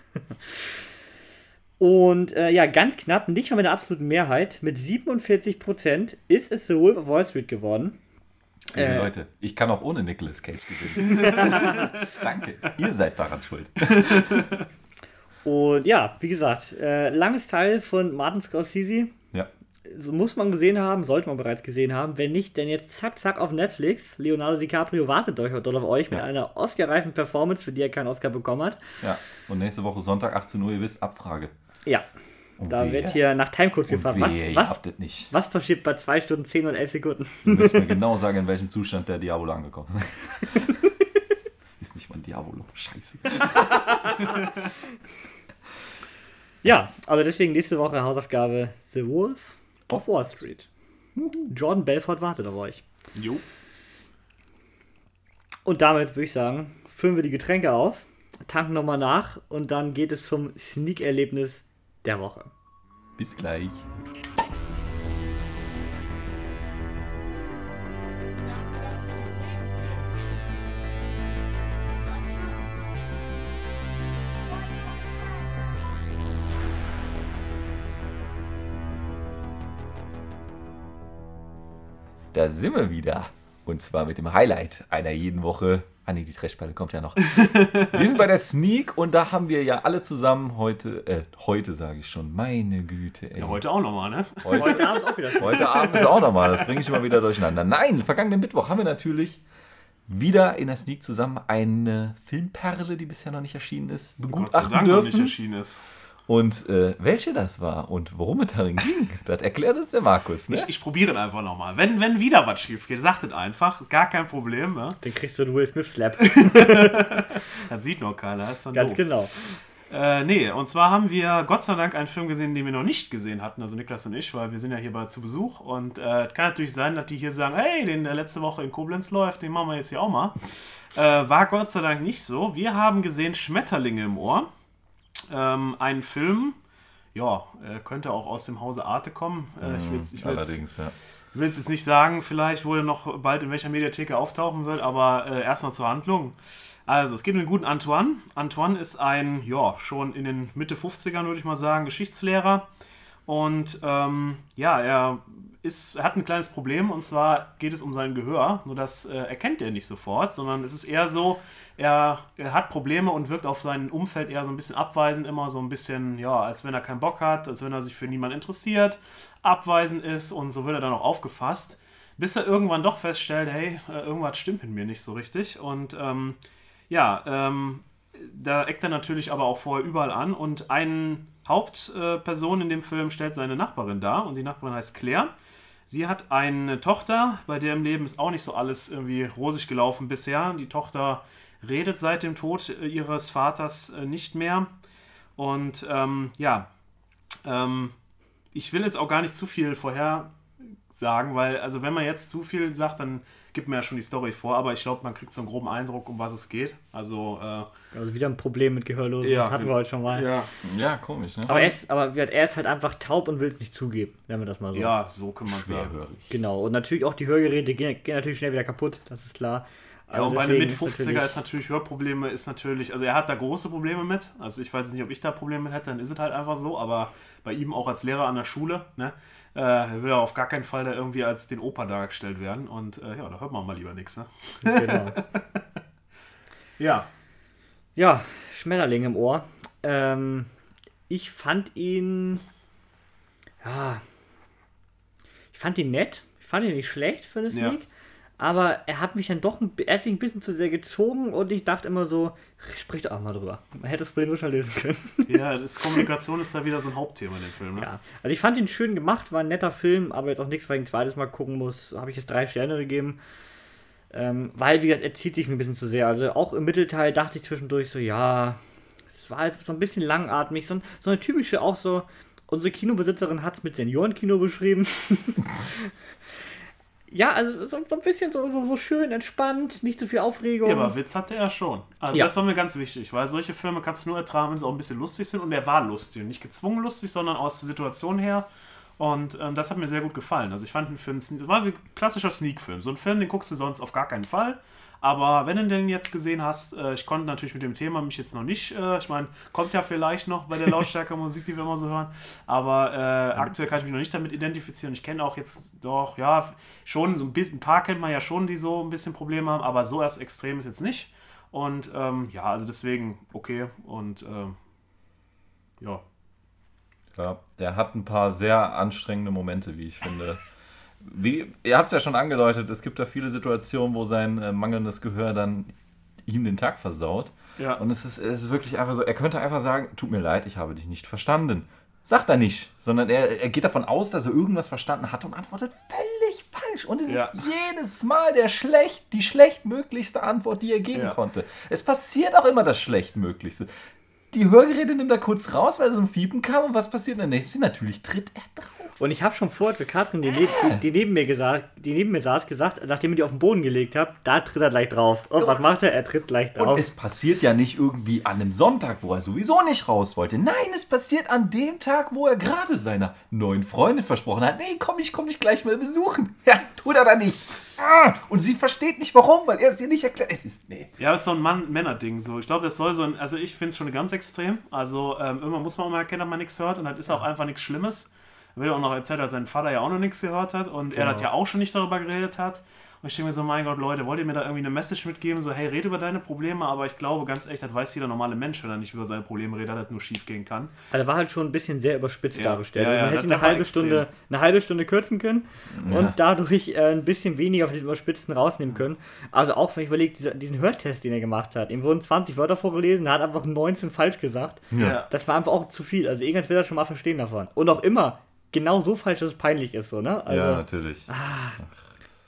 Und ganz knapp, nicht mal mit einer absoluten Mehrheit, mit 47% ist es The Wolf of Wall Street geworden. Hey, Leute, ich kann auch ohne Nicolas Cage gewinnen. Danke, ihr seid daran schuld. Und ja, wie gesagt, langes Teil von Martin Scorsese. Ja. So muss man gesehen haben, sollte man bereits gesehen haben. Wenn nicht, denn jetzt zack auf Netflix. Leonardo DiCaprio wartet dort auf euch mit einer Oscar-reifen Performance, für die er keinen Oscar bekommen hat. Ja, und nächste Woche Sonntag, 18 Uhr, ihr wisst, Abfrage. Ja, da wird hier nach Timecode gefragt. Was passiert bei 2 Stunden 10 und 11 Sekunden? Du müsst mir genau sagen, in welchem Zustand der Diabolo angekommen ist. Ist nicht mal ein Diabolo. Scheiße. Ja, also deswegen nächste Woche Hausaufgabe The Wolf of Wall Street. Jordan Belfort wartet auf euch. Jo. Und damit würde ich sagen, füllen wir die Getränke auf, tanken nochmal nach und dann geht es zum Sneak-Erlebnis der Woche. Bis gleich. Da sind wir wieder. Und zwar mit dem Highlight einer jeden Woche. Ah nee, die Trashperle kommt ja noch. Wir sind bei der Sneak und da haben wir ja alle zusammen heute sage ich schon, meine Güte, ey. Ja, heute auch nochmal, ne? Heute Abend auch wieder. Heute Abend ist auch nochmal, das bringe ich immer wieder durcheinander. Nein, vergangenen Mittwoch haben wir natürlich wieder in der Sneak zusammen eine Filmperle, die bisher noch nicht erschienen ist, begutachten dürfen. Noch nicht erschienen ist. Und welche das war und worum es darin ging, das erklärt uns der Markus. Ne? Ich probiere es einfach nochmal. Wenn wieder was schief geht, sagt es einfach. Gar kein Problem. Ne? Dann kriegst du einen Will Smith Slap. Das sieht noch keiner. Ist dann Ganz doof. genau. Nee, und zwar haben wir Gott sei Dank einen Film gesehen, den wir noch nicht gesehen hatten, also Niklas und ich, weil wir sind ja hier zu Besuch und es kann natürlich sein, dass die hier sagen, hey, den der letzte Woche in Koblenz läuft, den machen wir jetzt hier auch mal. War Gott sei Dank nicht so. Wir haben gesehen Schmetterlinge im Ohr, einen Film, ja, könnte auch aus dem Hause Arte kommen. Ich will es jetzt nicht sagen, vielleicht, wo er noch bald in welcher Mediathek auftauchen wird, aber erstmal zur Handlung. Also, es geht um den guten Antoine. Antoine ist ein, ja, schon in den Mitte 50ern, würde ich mal sagen, Geschichtslehrer. Und er hat ein kleines Problem, und zwar geht es um sein Gehör. Nur das erkennt er nicht sofort, sondern es ist eher so, er hat Probleme und wirkt auf sein Umfeld eher so ein bisschen abweisend, immer so ein bisschen, ja, als wenn er keinen Bock hat, als wenn er sich für niemanden interessiert, abweisend ist, und so wird er dann auch aufgefasst. Bis er irgendwann doch feststellt, hey, irgendwas stimmt mit mir nicht so richtig. Und da eckt er natürlich aber auch vorher überall an, und eine Hauptperson in dem Film stellt seine Nachbarin dar, und die Nachbarin heißt Claire. Sie hat eine Tochter, bei der im Leben ist auch nicht so alles irgendwie rosig gelaufen bisher. Die Tochter redet seit dem Tod ihres Vaters nicht mehr, und ich will jetzt auch gar nicht zu viel vorher sagen, weil, also wenn man jetzt zu viel sagt, dann gibt man ja schon die Story vor, aber ich glaube, man kriegt so einen groben Eindruck, um was es geht. Also wieder ein Problem mit Gehörlosen, ja, hatten wir heute schon mal. Ja, komisch, ne? Aber er ist halt einfach taub und will es nicht zugeben, wenn wir das mal so. Ja, so kann man sagen. Genau, und natürlich auch die Hörgeräte gehen natürlich schnell wieder kaputt, das ist klar. Ja, und bei einem Mit-50er ist natürlich Hörprobleme, also er hat da große Probleme mit. Also ich weiß jetzt nicht, ob ich da Probleme mit hätte, dann ist es halt einfach so, aber bei ihm auch als Lehrer an der Schule, ne? Will er auf gar keinen Fall da irgendwie als den Opa dargestellt werden, und da hört man mal lieber nichts, ne? Genau. Ja. Ja, Schmetterling im Ohr. Ich fand ihn nett. Ich fand ihn nicht schlecht für eine Sneak. Ja. Aber er hat mich dann doch ein bisschen zu sehr gezogen, und ich dachte immer so, sprich doch auch mal drüber. Man hätte das Problem nur schon lösen können. Ja, Kommunikation ist da wieder so ein Hauptthema in dem Film, ne? Ja, also ich fand ihn schön gemacht, war ein netter Film, aber jetzt auch nichts, weil ich ein zweites Mal gucken muss, habe ich jetzt 3 Sterne gegeben. Weil, wie gesagt, er zieht sich mir ein bisschen zu sehr. Also auch im Mittelteil dachte ich zwischendurch so, ja, es war halt so ein bisschen langatmig, so eine typische, auch so, unsere Kinobesitzerin hat es mit Seniorenkino beschrieben. Ja, also so ein bisschen so schön entspannt, nicht zu viel Aufregung. Ja, aber Witz hatte er schon. Also das war mir ganz wichtig, weil solche Filme kannst du nur ertragen, wenn sie auch ein bisschen lustig sind, und er war lustig. Und nicht gezwungen lustig, sondern aus der Situation her. Und das hat mir sehr gut gefallen. Also ich fand den Film, das war wie ein klassischer Sneak-Film. So ein Film, den guckst du sonst auf gar keinen Fall. Aber wenn du den jetzt gesehen hast, ich konnte natürlich mit dem Thema mich jetzt noch nicht, ich meine, kommt ja vielleicht noch bei der Lautstärke Musik, die wir immer so hören, aber aktuell kann ich mich noch nicht damit identifizieren. Ich kenne auch jetzt doch, ja, schon so ein paar kennt man ja schon, die so ein bisschen Probleme haben, aber so erst extrem ist jetzt nicht. Und also deswegen okay, und ja. Ja, der hat ein paar sehr anstrengende Momente, wie ich finde. Ihr habt es ja schon angedeutet, es gibt da viele Situationen, wo sein mangelndes Gehör dann ihm den Tag versaut. Ja. Und es ist wirklich einfach so, er könnte einfach sagen, tut mir leid, ich habe dich nicht verstanden. Sagt er nicht, sondern er geht davon aus, dass er irgendwas verstanden hat und antwortet völlig falsch. Und es ist jedes Mal die schlechtmöglichste Antwort, die er geben konnte. Es passiert auch immer das Schlechtmöglichste. Die Hörgeräte nimmt er kurz raus, weil es um Fiepen kam, und was passiert in der nächsten? Natürlich tritt er drauf. Und ich habe schon vorher zu Katrin, die neben mir saß, gesagt, nachdem ich die auf den Boden gelegt habe, da tritt er gleich drauf. Und was macht er? Er tritt gleich drauf. Und es passiert ja nicht irgendwie an einem Sonntag, wo er sowieso nicht raus wollte. Nein, es passiert an dem Tag, wo er gerade seiner neuen Freundin versprochen hat, nee, komm dich gleich mal besuchen. Ja, tut er dann nicht. Und sie versteht nicht warum, weil er es ihr nicht erklärt. Ja, das ist so ein Männer-Ding. So. Ich glaube, das soll so also ich finde es schon ganz extrem. Also irgendwann muss man auch mal erkennen, ob man nichts hört, und das ist auch einfach nichts Schlimmes. Er wird auch noch erzählt, dass sein Vater ja auch noch nichts gehört hat und er das ja auch schon nicht darüber geredet hat. Und ich denke mir so, mein Gott, Leute, wollt ihr mir da irgendwie eine Message mitgeben? So, hey, red über deine Probleme, aber ich glaube, ganz echt, das weiß jeder normale Mensch, wenn er nicht über seine Probleme redet, dass das nur schief gehen kann. Also war halt schon ein bisschen sehr überspitzt dargestellt. Also man hätte ihn eine halbe Stunde kürzen können und dadurch ein bisschen weniger von diesem Überspitzten rausnehmen können. Also auch, wenn ich überlege, diesen Hörtest, den er gemacht hat, ihm wurden 20 Wörter vorgelesen, er hat einfach 19 falsch gesagt. Ja. Das war einfach auch zu viel. Also irgendwann will er schon mal verstehen davon. Und auch immer genau so falsch, dass es peinlich ist, so, ne? Also, ja, natürlich.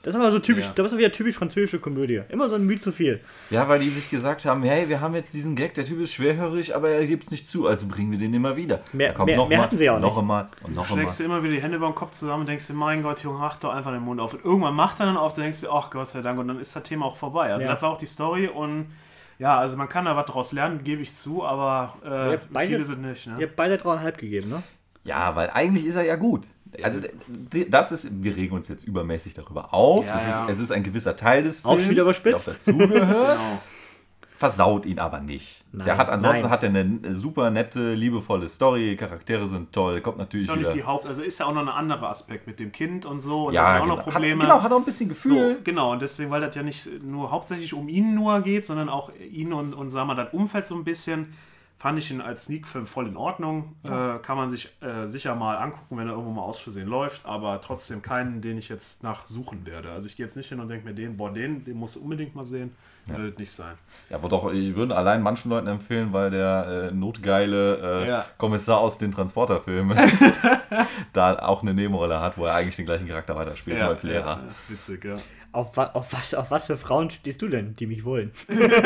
Das ist aber so typisch, das ist wieder typisch französische Komödie. Immer so ein Mühe zu viel. Ja, weil die sich gesagt haben, hey, wir haben jetzt diesen Gag, der Typ ist schwerhörig, aber er gibt es nicht zu, also bringen wir den immer wieder. Mehr hatten sie auch noch einmal und noch einmal. Du schlägst dir immer wieder die Hände über den Kopf zusammen und denkst dir, mein Gott, Junge, mach doch einfach den Mund auf. Und irgendwann macht er dann auf, dann denkst du, ach Gott sei Dank, und dann ist das Thema auch vorbei. Also das war auch die Story und ja, also man kann da was draus lernen, gebe ich zu, aber viele sind nicht. Ne? Ihr habt beide 3,5 gegeben, ne? Ja, weil eigentlich ist er ja gut. Also das ist, wir regen uns jetzt übermäßig darüber auf. Es ist ein gewisser Teil des Films, auch wieder überspitzt, der auch dazugehört. Genau. Versaut ihn aber nicht. Ansonsten hat er eine super nette, liebevolle Story, Charaktere sind toll, kommt natürlich ist auch nicht die also ist ja auch noch ein anderer Aspekt mit dem Kind und so und ja, da sind auch genau. noch Probleme. Hat auch ein bisschen Gefühl. So, genau, und deswegen, weil das ja nicht nur hauptsächlich um ihn nur geht, sondern auch ihn und sagen wir, das Umfeld so ein bisschen, fand ich ihn als Sneak-Film voll in Ordnung. Ja. Kann man sich sicher mal angucken, wenn er irgendwo mal aus Versehen läuft, aber trotzdem keinen, den ich jetzt nachsuchen werde. Also ich gehe jetzt nicht hin und denke mir, den musst du unbedingt mal sehen. Würde das nicht sein. Ja, aber doch, ich würde allein manchen Leuten empfehlen, weil der notgeile Kommissar aus den Transporter-Filmen da auch eine Nebenrolle hat, wo er eigentlich den gleichen Charakter weiterspielt, nur als Lehrer. Ja, witzig, ja. Auf was für Frauen stehst du denn, die mich wollen?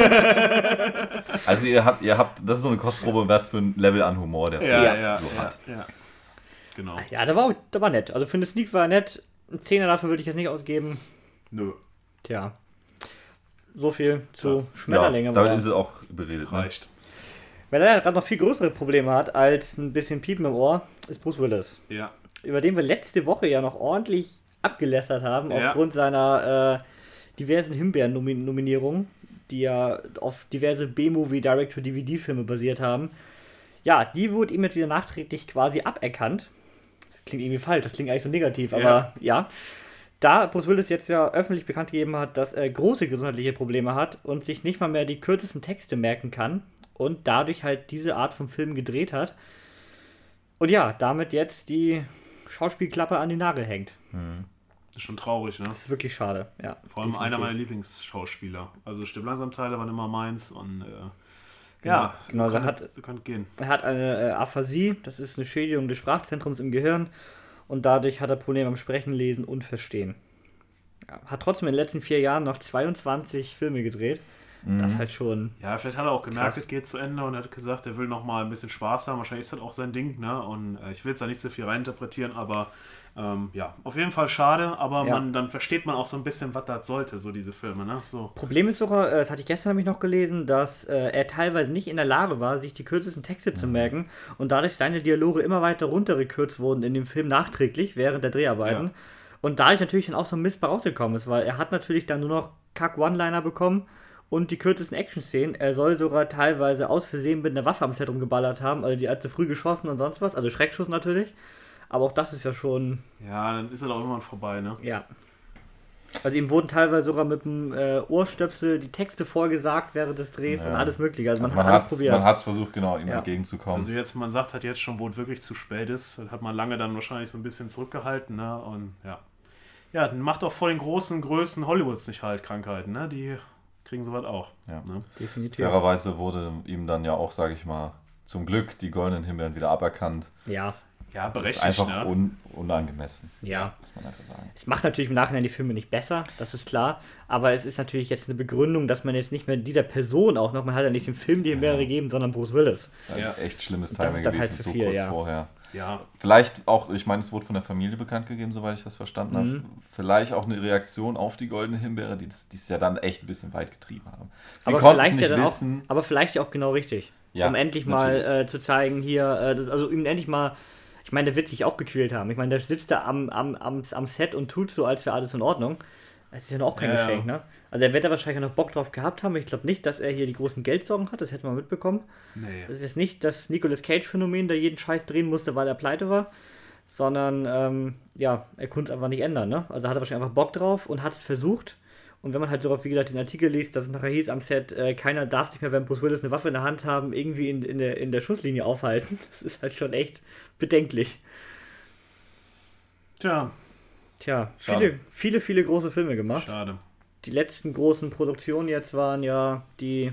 Also ihr habt, das ist so eine Kostprobe, was für ein Level an Humor der Film so hat. Ja. Genau. Ja, der war nett. Also für eine Sneak war er nett. Einen 10er dafür würde ich jetzt nicht ausgeben. Nö. Tja. So viel zu Schmetterlinge. Ja, damit ist es auch beredet. Reicht. Ne? Wer leider gerade noch viel größere Probleme hat als ein bisschen Piepen im Ohr, ist Bruce Willis. Ja. Über den wir letzte Woche ja noch ordentlich abgelästert haben, aufgrund seiner diversen Himbeeren-Nominierungen, die ja auf diverse B-Movie Direct-to-DVD-Filme basiert haben. Ja, die wurde ihm jetzt wieder nachträglich quasi aberkannt. Das klingt irgendwie falsch, das klingt eigentlich so negativ, aber ja. Da Bruce Willis jetzt ja öffentlich bekannt gegeben hat, dass er große gesundheitliche Probleme hat und sich nicht mal mehr die kürzesten Texte merken kann und dadurch halt diese Art von Film gedreht hat. Und ja, damit jetzt die Schauspielklappe an den Nagel hängt. Das ist schon traurig, ne? Das ist wirklich schade, ja. Vor allem einer meiner Lieblingsschauspieler. Also Stirb langsam Teile waren immer meins und genau, so kann gehen. Er hat eine Aphasie, das ist eine Schädigung des Sprachzentrums im Gehirn. Und dadurch hat er Probleme am Sprechen, Lesen und Verstehen. Ja, hat trotzdem in den letzten 4 Jahren noch 22 Filme gedreht. Das halt schon. Ja, vielleicht hat er auch gemerkt, es geht zu Ende und hat gesagt, er will noch mal ein bisschen Spaß haben. Wahrscheinlich ist das auch sein Ding, ne? Und ich will jetzt da nicht so viel reininterpretieren, aber auf jeden Fall schade. Aber dann versteht man auch so ein bisschen, was das sollte, so diese Filme, ne? So. Problem ist sogar, das hatte ich gestern nämlich noch gelesen, dass er teilweise nicht in der Lage war, sich die kürzesten Texte zu merken und dadurch seine Dialoge immer weiter runtergekürzt wurden in dem Film nachträglich während der Dreharbeiten. Ja. Und dadurch natürlich dann auch so ein Mist bei rausgekommen ist, weil er hat natürlich dann nur noch Kack-One-Liner bekommen und die kürzesten Action-Szenen. Er soll sogar teilweise aus Versehen mit einer Waffe am Set rumgeballert haben, also die hat zu früh geschossen und sonst was, also Schreckschuss natürlich. Aber auch das ist ja schon... Ja, dann ist er doch irgendwann vorbei, ne? Ja. Also ihm wurden teilweise sogar mit dem Ohrstöpsel die Texte vorgesagt während des Drehs und alles mögliche. Also man hat alles probiert. Man hat es versucht, genau, ihm entgegenzukommen. Also jetzt, man sagt halt jetzt schon, wo es wirklich zu spät ist. Das hat man lange dann wahrscheinlich so ein bisschen zurückgehalten, ne? Und ja. Ja, dann macht auch vor den großen Größen Hollywoods nicht halt Krankheiten, ne? Die kriegen sowas auch. Ja, ne? Definitiv. Fairerweise wurde ihm dann ja auch, sage ich mal, zum Glück die goldenen Himbeeren wieder aberkannt. Ja. Ja, berechtigt. Das ist einfach unangemessen. Ja. Muss man einfach sagen. Es macht natürlich im Nachhinein die Filme nicht besser, das ist klar. Aber es ist natürlich jetzt eine Begründung, dass man jetzt nicht mehr dieser Person auch noch, man hat ja nicht dem Film die Himbeere gegeben, sondern Bruce Willis. Das ist halt echt schlimmes Timing gewesen, halt so viel, kurz vorher. Ja. Vielleicht auch, ich meine, es wurde von der Familie bekannt gegeben, soweit ich das verstanden habe. Vielleicht auch eine Reaktion auf die goldene Himbeere, die es ja dann echt ein bisschen weit getrieben haben. Sie konnten es nicht wissen. Aber vielleicht auch genau richtig. Ja, um endlich mal zu zeigen, hier, also ihm endlich mal, ich meine, der wird sich auch gequält haben. Ich meine, der sitzt da am Set und tut so, als wäre alles in Ordnung. Das ist ja auch kein Geschenk, ne? Also er wird da wahrscheinlich noch Bock drauf gehabt haben. Ich glaube nicht, dass er hier die großen Geldsorgen hat. Das hätten wir mitbekommen. Nee. Das ist jetzt nicht das Nicolas Cage-Phänomen, der jeden Scheiß drehen musste, weil er pleite war. Sondern, er konnte es einfach nicht ändern, ne? Also hat er wahrscheinlich einfach Bock drauf und hat es versucht. Und wenn man halt so, wie gesagt, diesen Artikel liest, dass es nachher hieß am Set, keiner darf sich mehr, wenn Bruce Willis eine Waffe in der Hand haben, irgendwie in der Schusslinie aufhalten. Das ist halt schon echt bedenklich. Tja, viele große Filme gemacht. Schade. Die letzten großen Produktionen jetzt waren ja die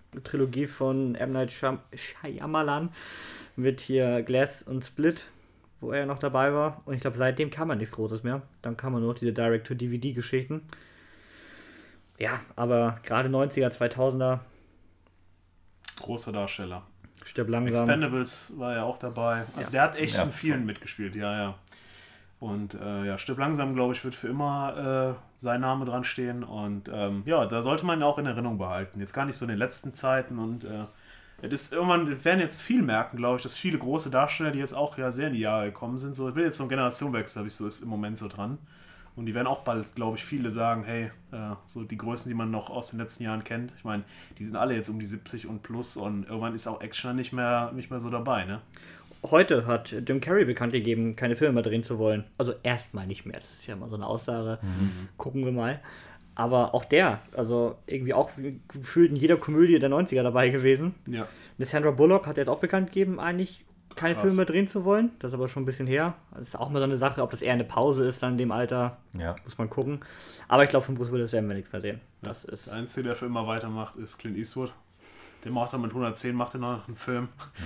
Trilogie von M. Night Shyamalan mit hier Glass und Split, wo er noch dabei war. Und ich glaube, seitdem kam man nichts Großes mehr. Dann kam man nur noch diese Direct-to-DVD-Geschichten. Ja, aber gerade 90er, 2000er. Großer Darsteller. Stirb langsam. Expendables war ja auch dabei. Also der hat echt in vielen mitgespielt, ja. Und Stirb langsam, glaube ich, wird für immer sein Name dran stehen. Und da sollte man ihn auch in Erinnerung behalten. Jetzt gar nicht so in den letzten Zeiten. Und wir werden jetzt viel merken, glaube ich, dass viele große Darsteller, die jetzt auch sehr in die Jahre gekommen sind, so, ich will jetzt so ein Generationenwechsel, habe ich so ist im Moment so dran. Und die werden auch bald, glaube ich, viele sagen, hey, so die Größen, die man noch aus den letzten Jahren kennt, ich meine, die sind alle jetzt um die 70 und plus und irgendwann ist auch Action nicht mehr so dabei, ne? Heute hat Jim Carrey bekannt gegeben, keine Filme mehr drehen zu wollen. Also erstmal nicht mehr, das ist ja mal so eine Aussage, gucken wir mal. Aber auch der, also irgendwie auch gefühlt in jeder Komödie der 90er dabei gewesen. Ja. Sandra Bullock hat jetzt auch bekannt gegeben, eigentlich keine Filme mehr drehen zu wollen. Das ist aber schon ein bisschen her. Das ist auch mal so eine Sache, ob das eher eine Pause ist dann in dem Alter. Ja. Muss man gucken. Aber ich glaube, von Bruce Willis werden wir nichts mehr sehen. Das ist der Einzige, der für immer weitermacht, ist Clint Eastwood. Der macht dann mit 110 macht er noch einen Film.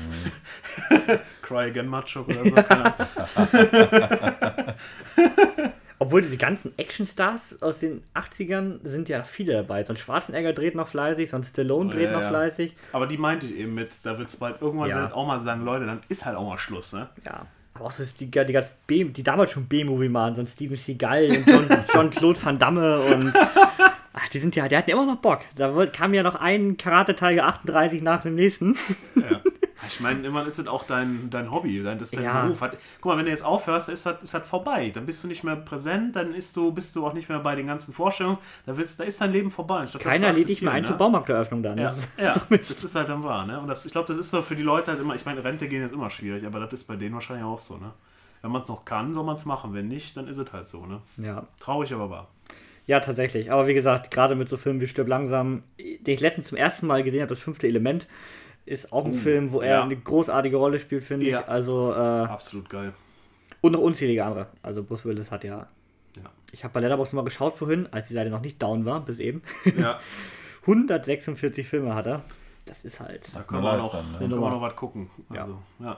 Cry Again Macho oder so. Keine Ahnung. Obwohl diese ganzen Actionstars aus den 80ern sind ja noch viele dabei. So ein Schwarzenegger dreht noch fleißig, so ein Stallone dreht noch fleißig. Aber die meinte ich eben mit, da wird es bald irgendwann auch mal sagen, Leute, dann ist halt auch mal Schluss, ne? Ja. Aber auch so die ganzen die damals schon B-Movie waren, so ein Steven Seagal und Jean-Claude Van Damme und die hatten immer noch Bock. Da kam ja noch ein Karate-Tiger 38 nach dem nächsten. Ja. Ich meine, irgendwann ist das auch dein Hobby, das ist dein Beruf. Guck mal, wenn du jetzt aufhörst, ist das vorbei. Dann bist du nicht mehr präsent, dann bist du auch nicht mehr bei den ganzen Vorstellungen. Da ist dein Leben vorbei. Glaub, keiner lädt dich mal ein zur Baumarkteröffnung dann. Ja, das ist halt dann wahr. Ne? Und ich glaube, das ist so für die Leute halt immer, ich meine, Rente gehen ist immer schwierig, aber das ist bei denen wahrscheinlich auch so. Ne? Wenn man es noch kann, soll man es machen. Wenn nicht, dann ist es halt so. Ne? Ja. Traurig, aber wahr. Ja, tatsächlich. Aber wie gesagt, gerade mit so Filmen wie Stirb langsam, den ich letztens zum ersten Mal gesehen habe, das 5. Element, ist auch ein Film, wo er eine großartige Rolle spielt, finde ich. Also, absolut geil. Und noch unzählige andere. Also Bruce Willis hat ja. Ich habe bei Letterboxd mal geschaut vorhin, als die Seite noch nicht down war, bis eben. Ja. 146 Filme hat er. Das ist halt. Da können wir noch was gucken. Also,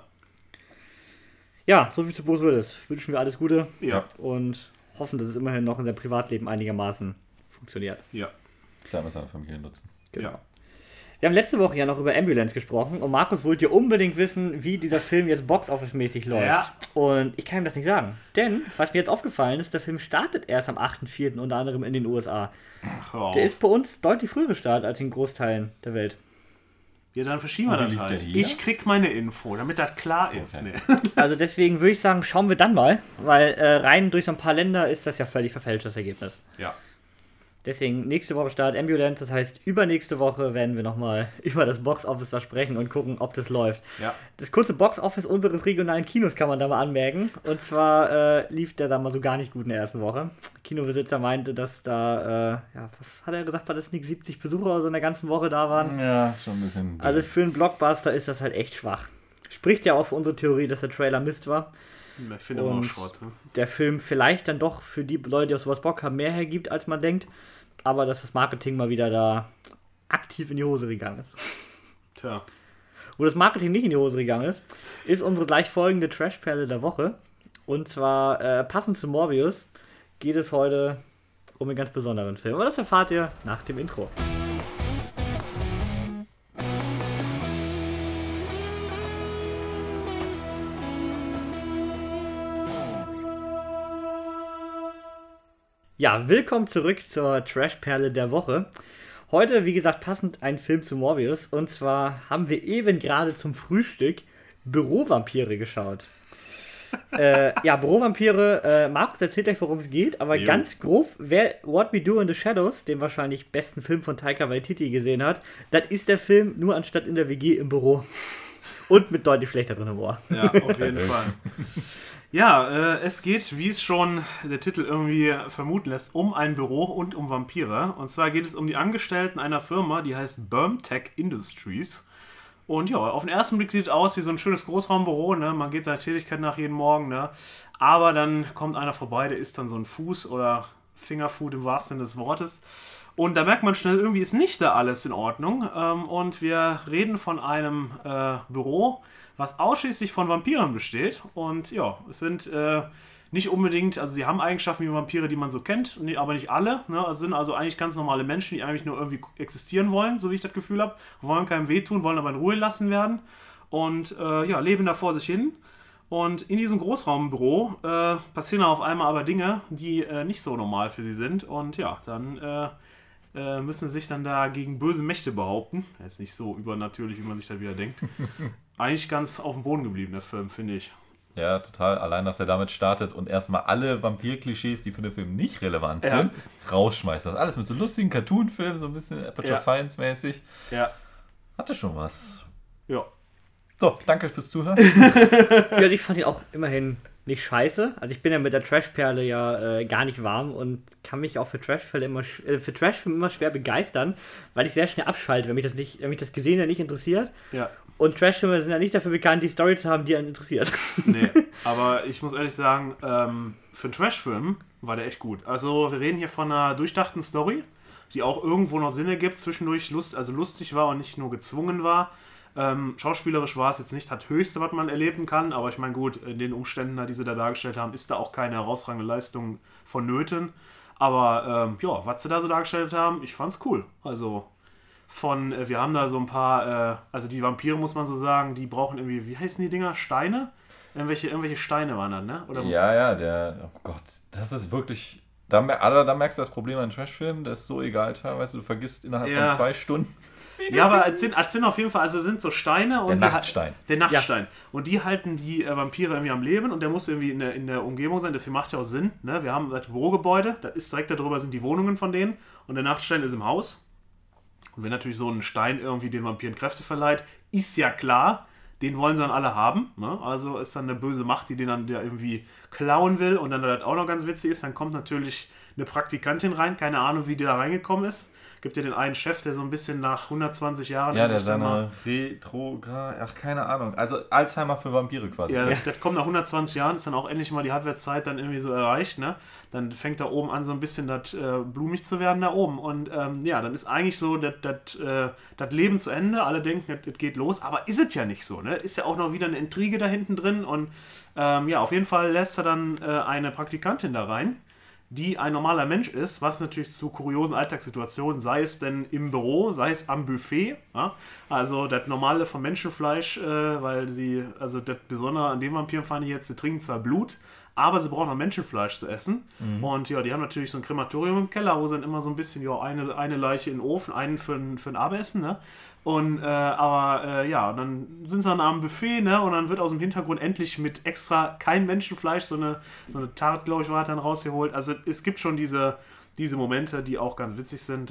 ja, so viel zu Bruce Willis. Wünschen wir alles Gute. Ja. Und hoffen, dass es immerhin noch in seinem Privatleben einigermaßen funktioniert. Ja. Zeit mit seiner Familie nutzen. Genau. Ja. Wir haben letzte Woche ja noch über Ambulance gesprochen und Markus wollte ja unbedingt wissen, wie dieser Film jetzt Box-Office-mäßig läuft. Ja. Und ich kann ihm das nicht sagen. Denn, was mir jetzt aufgefallen ist, der Film startet erst am 8.4. unter anderem in den USA. Der ist bei uns deutlich früher gestartet als in Großteilen der Welt. Ja, dann verschieben wir das halt. Ich krieg meine Info, damit das klar ist. Okay. Nee. Also deswegen würde ich sagen, schauen wir dann mal, weil rein durch so ein paar Länder ist das ja völlig verfälscht, das Ergebnis. Ja. Deswegen nächste Woche startet Ambulance, das heißt übernächste Woche werden wir nochmal über das Box-Office da sprechen und gucken, ob das läuft. Ja. Das kurze Box-Office unseres regionalen Kinos kann man da mal anmerken. Und zwar lief der da mal so gar nicht gut in der ersten Woche. Kinobesitzer meinte, dass da, was hat er gesagt, war das nicht 70 Besucher oder so in der ganzen Woche da waren? Ja, ist schon ein bisschen... Also für einen Blockbuster ist das halt echt schwach. Spricht ja auch für unsere Theorie, dass der Trailer Mist war. Ich finde immer Schrott. Ne? Der Film vielleicht dann doch für die Leute, die auf sowas Bock haben, mehr hergibt, als man denkt. Aber dass das Marketing mal wieder da aktiv in die Hose gegangen ist. Tja. Wo das Marketing nicht in die Hose gegangen ist unsere gleich folgende Trash-Perle der Woche. Und zwar passend zu Morbius geht es heute um einen ganz besonderen Film. Aber das erfahrt ihr nach dem Intro. Ja, willkommen zurück zur Trash-Perle der Woche. Heute, wie gesagt, passend ein Film zu Morbius. Und zwar haben wir eben gerade zum Frühstück Bürovampire geschaut. Bürovampire, Markus erzählt euch, worum es geht, aber ganz grob, wer What We Do in the Shadows, den wahrscheinlich besten Film von Taika Waititi gesehen hat, das ist der Film nur anstatt in der WG im Büro. Und mit deutlich schlechteren Humor. Ja, auf jeden Fall. Ja, es geht, wie es schon der Titel irgendwie vermuten lässt, um ein Büro und um Vampire. Und zwar geht es um die Angestellten einer Firma, die heißt Bermtech Industries. Und ja, auf den ersten Blick sieht es aus wie so ein schönes Großraumbüro, ne? Man geht seiner Tätigkeit nach jeden Morgen, ne? Aber dann kommt einer vorbei, der isst dann so einen Fuß oder Fingerfood im wahrsten Sinne des Wortes. Und da merkt man schnell, irgendwie ist nicht da alles in Ordnung. Und wir reden von einem Büro, was ausschließlich von Vampiren besteht. Und ja, es sind nicht unbedingt, also sie haben Eigenschaften wie Vampire, die man so kennt, aber nicht alle. Ne? Also sind also eigentlich ganz normale Menschen, die eigentlich nur irgendwie existieren wollen, so wie ich das Gefühl habe. Wollen keinem wehtun, wollen aber in Ruhe lassen werden. Und leben da vor sich hin. Und in diesem Großraumbüro passieren auf einmal aber Dinge, die nicht so normal für sie sind. Und ja, dann müssen sich dann da gegen böse Mächte behaupten. Jetzt nicht so übernatürlich, wie man sich da wieder denkt. Eigentlich ganz auf dem Boden geblieben, der Film, finde ich. Ja, total. Allein, dass er damit startet und erstmal alle Vampir-Klischees, die für den Film nicht relevant sind, rausschmeißt. Das alles mit so lustigen Cartoon-Filmen, so ein bisschen Aperture Science-mäßig. Ja. Hatte schon was. Ja. So, danke fürs Zuhören. Ja, ich fand ihn auch immerhin nicht scheiße. Also ich bin ja mit der Trash-Perle ja gar nicht warm und kann mich auch für Trash-Filme immer schwer begeistern, weil ich sehr schnell abschalte, wenn mich das Gesehene nicht interessiert. Ja. Und Trash-Filme sind ja nicht dafür bekannt, die Story zu haben, die einen interessiert. Nee, aber ich muss ehrlich sagen, für einen Trash-Film war der echt gut. Also wir reden hier von einer durchdachten Story, die auch irgendwo noch Sinn ergibt, zwischendurch lustig war und nicht nur gezwungen war. Schauspielerisch war es jetzt nicht das Höchste, was man erleben kann, aber ich meine gut, in den Umständen, die sie da dargestellt haben, ist da auch keine herausragende Leistung vonnöten. Aber was sie da so dargestellt haben, ich fand's cool. Also wir haben da so ein paar, also die Vampire, muss man so sagen, die brauchen irgendwie, wie heißen die Dinger? Steine? Irgendwelche Steine waren das, ne? Oder? Ja, oh Gott, das ist wirklich, da merkst du das Problem an Trashfilmen, das ist so egal teilweise, du vergisst innerhalb von 2 Stunden. Ja, aber es sind auf jeden Fall, also sind so Steine und der Nachtstein. Der Nachtstein. Ja. Und die halten die Vampire irgendwie am Leben und der muss irgendwie in der Umgebung sein, deswegen macht ja auch Sinn. Ne? Wir haben das Bürogebäude, das ist direkt darüber sind die Wohnungen von denen und der Nachtstein ist im Haus. Und wenn natürlich so ein Stein irgendwie den Vampiren Kräfte verleiht, ist ja klar, den wollen sie dann alle haben. Ne? Also ist dann eine böse Macht, die den dann irgendwie klauen will. Und dann das auch noch ganz witzig ist, dann kommt natürlich eine Praktikantin rein, keine Ahnung, wie die da reingekommen ist. Gibt ja den einen Chef, der so ein bisschen nach 120 Jahren... Ja, der seine keine Ahnung. Also Alzheimer für Vampire quasi. Ja, das kommt nach 120 Jahren, ist dann auch endlich mal die Halbwertszeit dann irgendwie so erreicht, ne? Dann fängt da oben an, so ein bisschen das blumig zu werden da oben. Und dann ist eigentlich so das Leben zu Ende. Alle denken, das geht los, aber ist es ja nicht so, ne? Ist ja auch noch wieder eine Intrige da hinten drin. Und auf jeden Fall lässt er dann eine Praktikantin da rein, die ein normaler Mensch ist, was natürlich zu kuriosen Alltagssituationen, sei es denn im Büro, sei es am Buffet, ja? Also das Normale vom Menschenfleisch, weil das Besondere an den Vampiren fand ich jetzt, sie trinken zwar Blut, aber sie brauchen noch Menschenfleisch zu essen. Mhm. Und ja, die haben natürlich so ein Krematorium im Keller, wo sie dann immer so ein bisschen, eine Leiche in den Ofen, einen für ein Abendessen, ne? Und dann sind sie dann am Buffet, ne? Und dann wird aus dem Hintergrund endlich mit extra kein Menschenfleisch, so eine Tarte, glaube ich, war dann rausgeholt. Also es gibt schon diese Momente, die auch ganz witzig sind.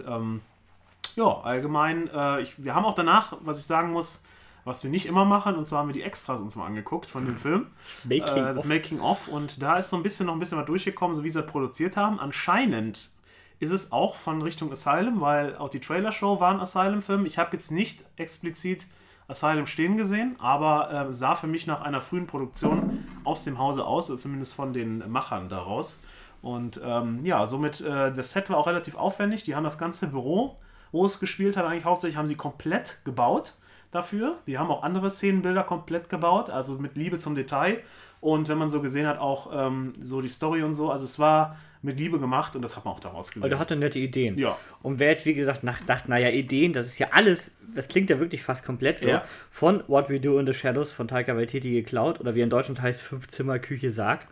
Allgemein, wir haben auch danach, was ich sagen muss, was wir nicht immer machen, und zwar haben wir die Extras uns mal angeguckt von dem Film. Das Making-of. Und da ist noch ein bisschen was durchgekommen, so wie sie das produziert haben. Anscheinend ist es auch von Richtung Asylum, weil auch die Trailer-Show war ein Asylum-Film. Ich habe jetzt nicht explizit Asylum stehen gesehen, aber sah für mich nach einer frühen Produktion aus dem Hause aus, oder zumindest von den Machern daraus. Und somit, das Set war auch relativ aufwendig. Die haben das ganze Büro, wo es gespielt hat, eigentlich hauptsächlich haben sie komplett gebaut dafür. Die haben auch andere Szenenbilder komplett gebaut, also mit Liebe zum Detail. Und wenn man so gesehen hat, auch so die Story und so, also es war mit Liebe gemacht und das hat man auch daraus gesehen. Und er hatte nette Ideen. Ja. Und wer jetzt, wie gesagt, sagt, naja, Ideen, das ist ja alles, das klingt ja wirklich fast komplett so, von What We Do in the Shadows von Taika Waititi geklaut, oder wie in Deutschland heißt, 5-Zimmer-Küche-Sarg,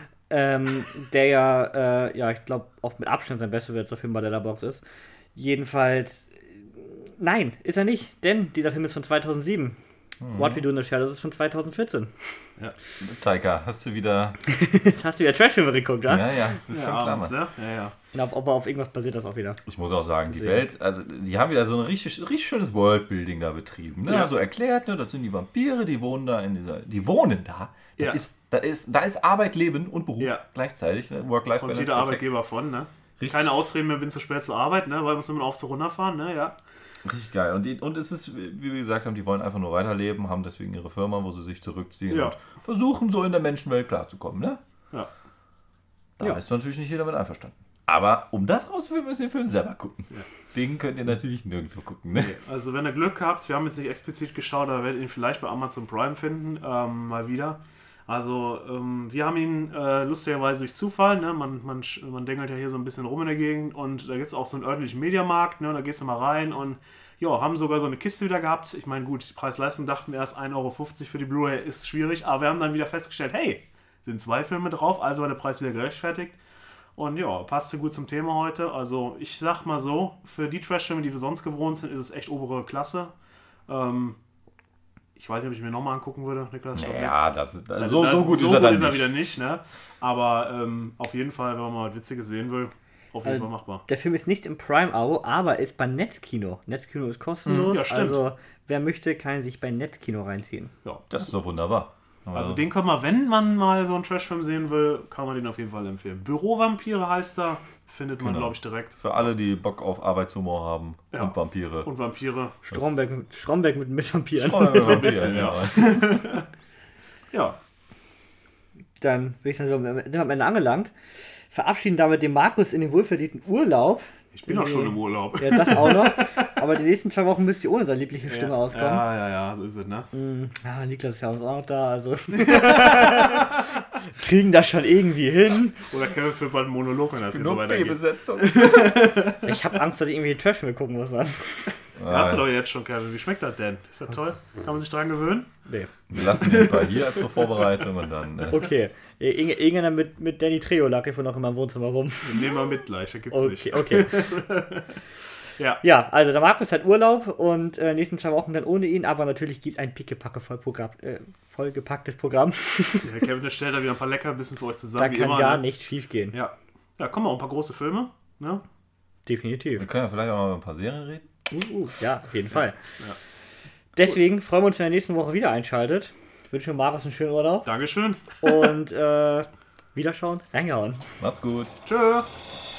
der ja, ich glaube, auch mit Abstand sein bester Film bei der Letterboxd ist. Jedenfalls, nein, ist er nicht, denn dieser Film ist von 2007. What We Do in the Shadows ist von 2014. Ja. Taika, hast du wieder Trash-Filme geguckt, ja? Ja, das ist schon klar, Mann. Ne? Ja. Und auf irgendwas basiert das auch wieder. Ich muss auch sagen, die Welt, also die haben wieder so ein richtig schönes Worldbuilding da betrieben. Ne? Ja. So erklärt, ne? Das sind die Vampire, die wohnen da. Da ist Arbeit, Leben und Beruf gleichzeitig. Ne? Work-Life-Balance. Und jeder Arbeitgeber von, ne? Richtig. Keine Ausreden mehr, bin zu spät zur Arbeit, ne? Weil wir müssen immer auf zu runterfahren, ne? Ja. Richtig geil. Und es ist, wie wir gesagt haben, die wollen einfach nur weiterleben, haben deswegen ihre Firma, wo sie sich zurückziehen und versuchen so in der Menschenwelt klarzukommen, ne? Ja. Da ist natürlich nicht jeder mit einverstanden. Aber um das rauszufinden, müsst ihr den Film selber gucken. Ja. Den könnt ihr natürlich nirgendwo gucken. Ne? Okay. Also wenn ihr Glück habt, wir haben jetzt nicht explizit geschaut, aber werdet ihr ihn vielleicht bei Amazon Prime finden, mal wieder. Also wir haben ihn lustigerweise durch Zufall, ne? man dengelt ja hier so ein bisschen rum in der Gegend und da gibt es auch so einen örtlichen Mediamarkt, ne? Da gehst du mal rein und ja, haben sogar so eine Kiste wieder gehabt. Ich meine, gut, die Preis-Leistung dachten wir erst 1,50 € für die Blu-ray ist schwierig, aber wir haben dann wieder festgestellt, hey, sind 2 Filme drauf, also war der Preis wieder gerechtfertigt. Und ja, passte gut zum Thema heute. Also ich sag mal so, für die Trash-Filme, die wir sonst gewohnt sind, ist es echt obere Klasse. Ich weiß nicht, ob ich mir nochmal angucken würde, Niklas. Ja, das ist so gut ist er dann nicht. Wieder nicht, ne? Aber auf jeden Fall, wenn man mal was Witziges sehen will, auf jeden Fall machbar. Der Film ist nicht im Prime-Abo, aber ist bei Netzkino. Netzkino ist kostenlos, ja, stimmt. Also wer möchte, kann sich bei Netzkino reinziehen. Ja, das ist doch wunderbar. Also den kann man, wenn man mal so einen Trashfilm sehen will, kann man den auf jeden Fall empfehlen. Bürovampire heißt er, findet man, glaube ich, direkt. Für alle, die Bock auf Arbeitshumor haben und Vampire. Und Vampire. Stromberg mit Vampiren. So ein bisschen, ja. Ja. Dann bin ich dann sind wir am Ende angelangt. Verabschieden damit den Markus in den wohlverdienten Urlaub. Ich bin auch schon im Urlaub. Ja, das auch noch. Aber die nächsten 2 Wochen müsst ihr ohne seine liebliche Stimme auskommen. Ja, so ist es, ne? Ja, Niklas ist ja uns auch noch da, also kriegen das schon irgendwie hin. Oder Kevin führt bald einen Monolog, wenn das so weitergeht. B-Besetzung. Ich habe Angst, dass ich irgendwie Trash-Film gucken muss. Was? Hast du doch jetzt schon, Kevin. Wie schmeckt das denn? Ist das toll? Kann man sich dran gewöhnen? Nee. Wir lassen den bei hier zur Vorbereitung und dann... Okay. Irgendeiner mit Danny Trejo lag hier noch in meinem Wohnzimmer rum. Nehmen wir mit gleich, da gibt's nicht. Okay. Ja, also der Markus hat Urlaub und nächsten 2 Wochen dann ohne ihn, aber natürlich gibt es ein pickepacke vollgepacktes Programm. Ja, Kevin stellt da wieder ein paar Leckerbissen für euch zusammen. Da kann immer, gar nichts schief gehen. Ja, kommen auch ein paar große Filme. Ne? Definitiv. Wir können ja vielleicht auch mal über ein paar Serien reden. Ja, auf jeden Fall. Ja. Deswegen freuen wir uns, wenn ihr nächste Woche wieder einschaltet. Ich wünsche Markus einen schönen Urlaub. Dankeschön. Und Wiederschauen, reingehauen. Macht's gut. Tschö.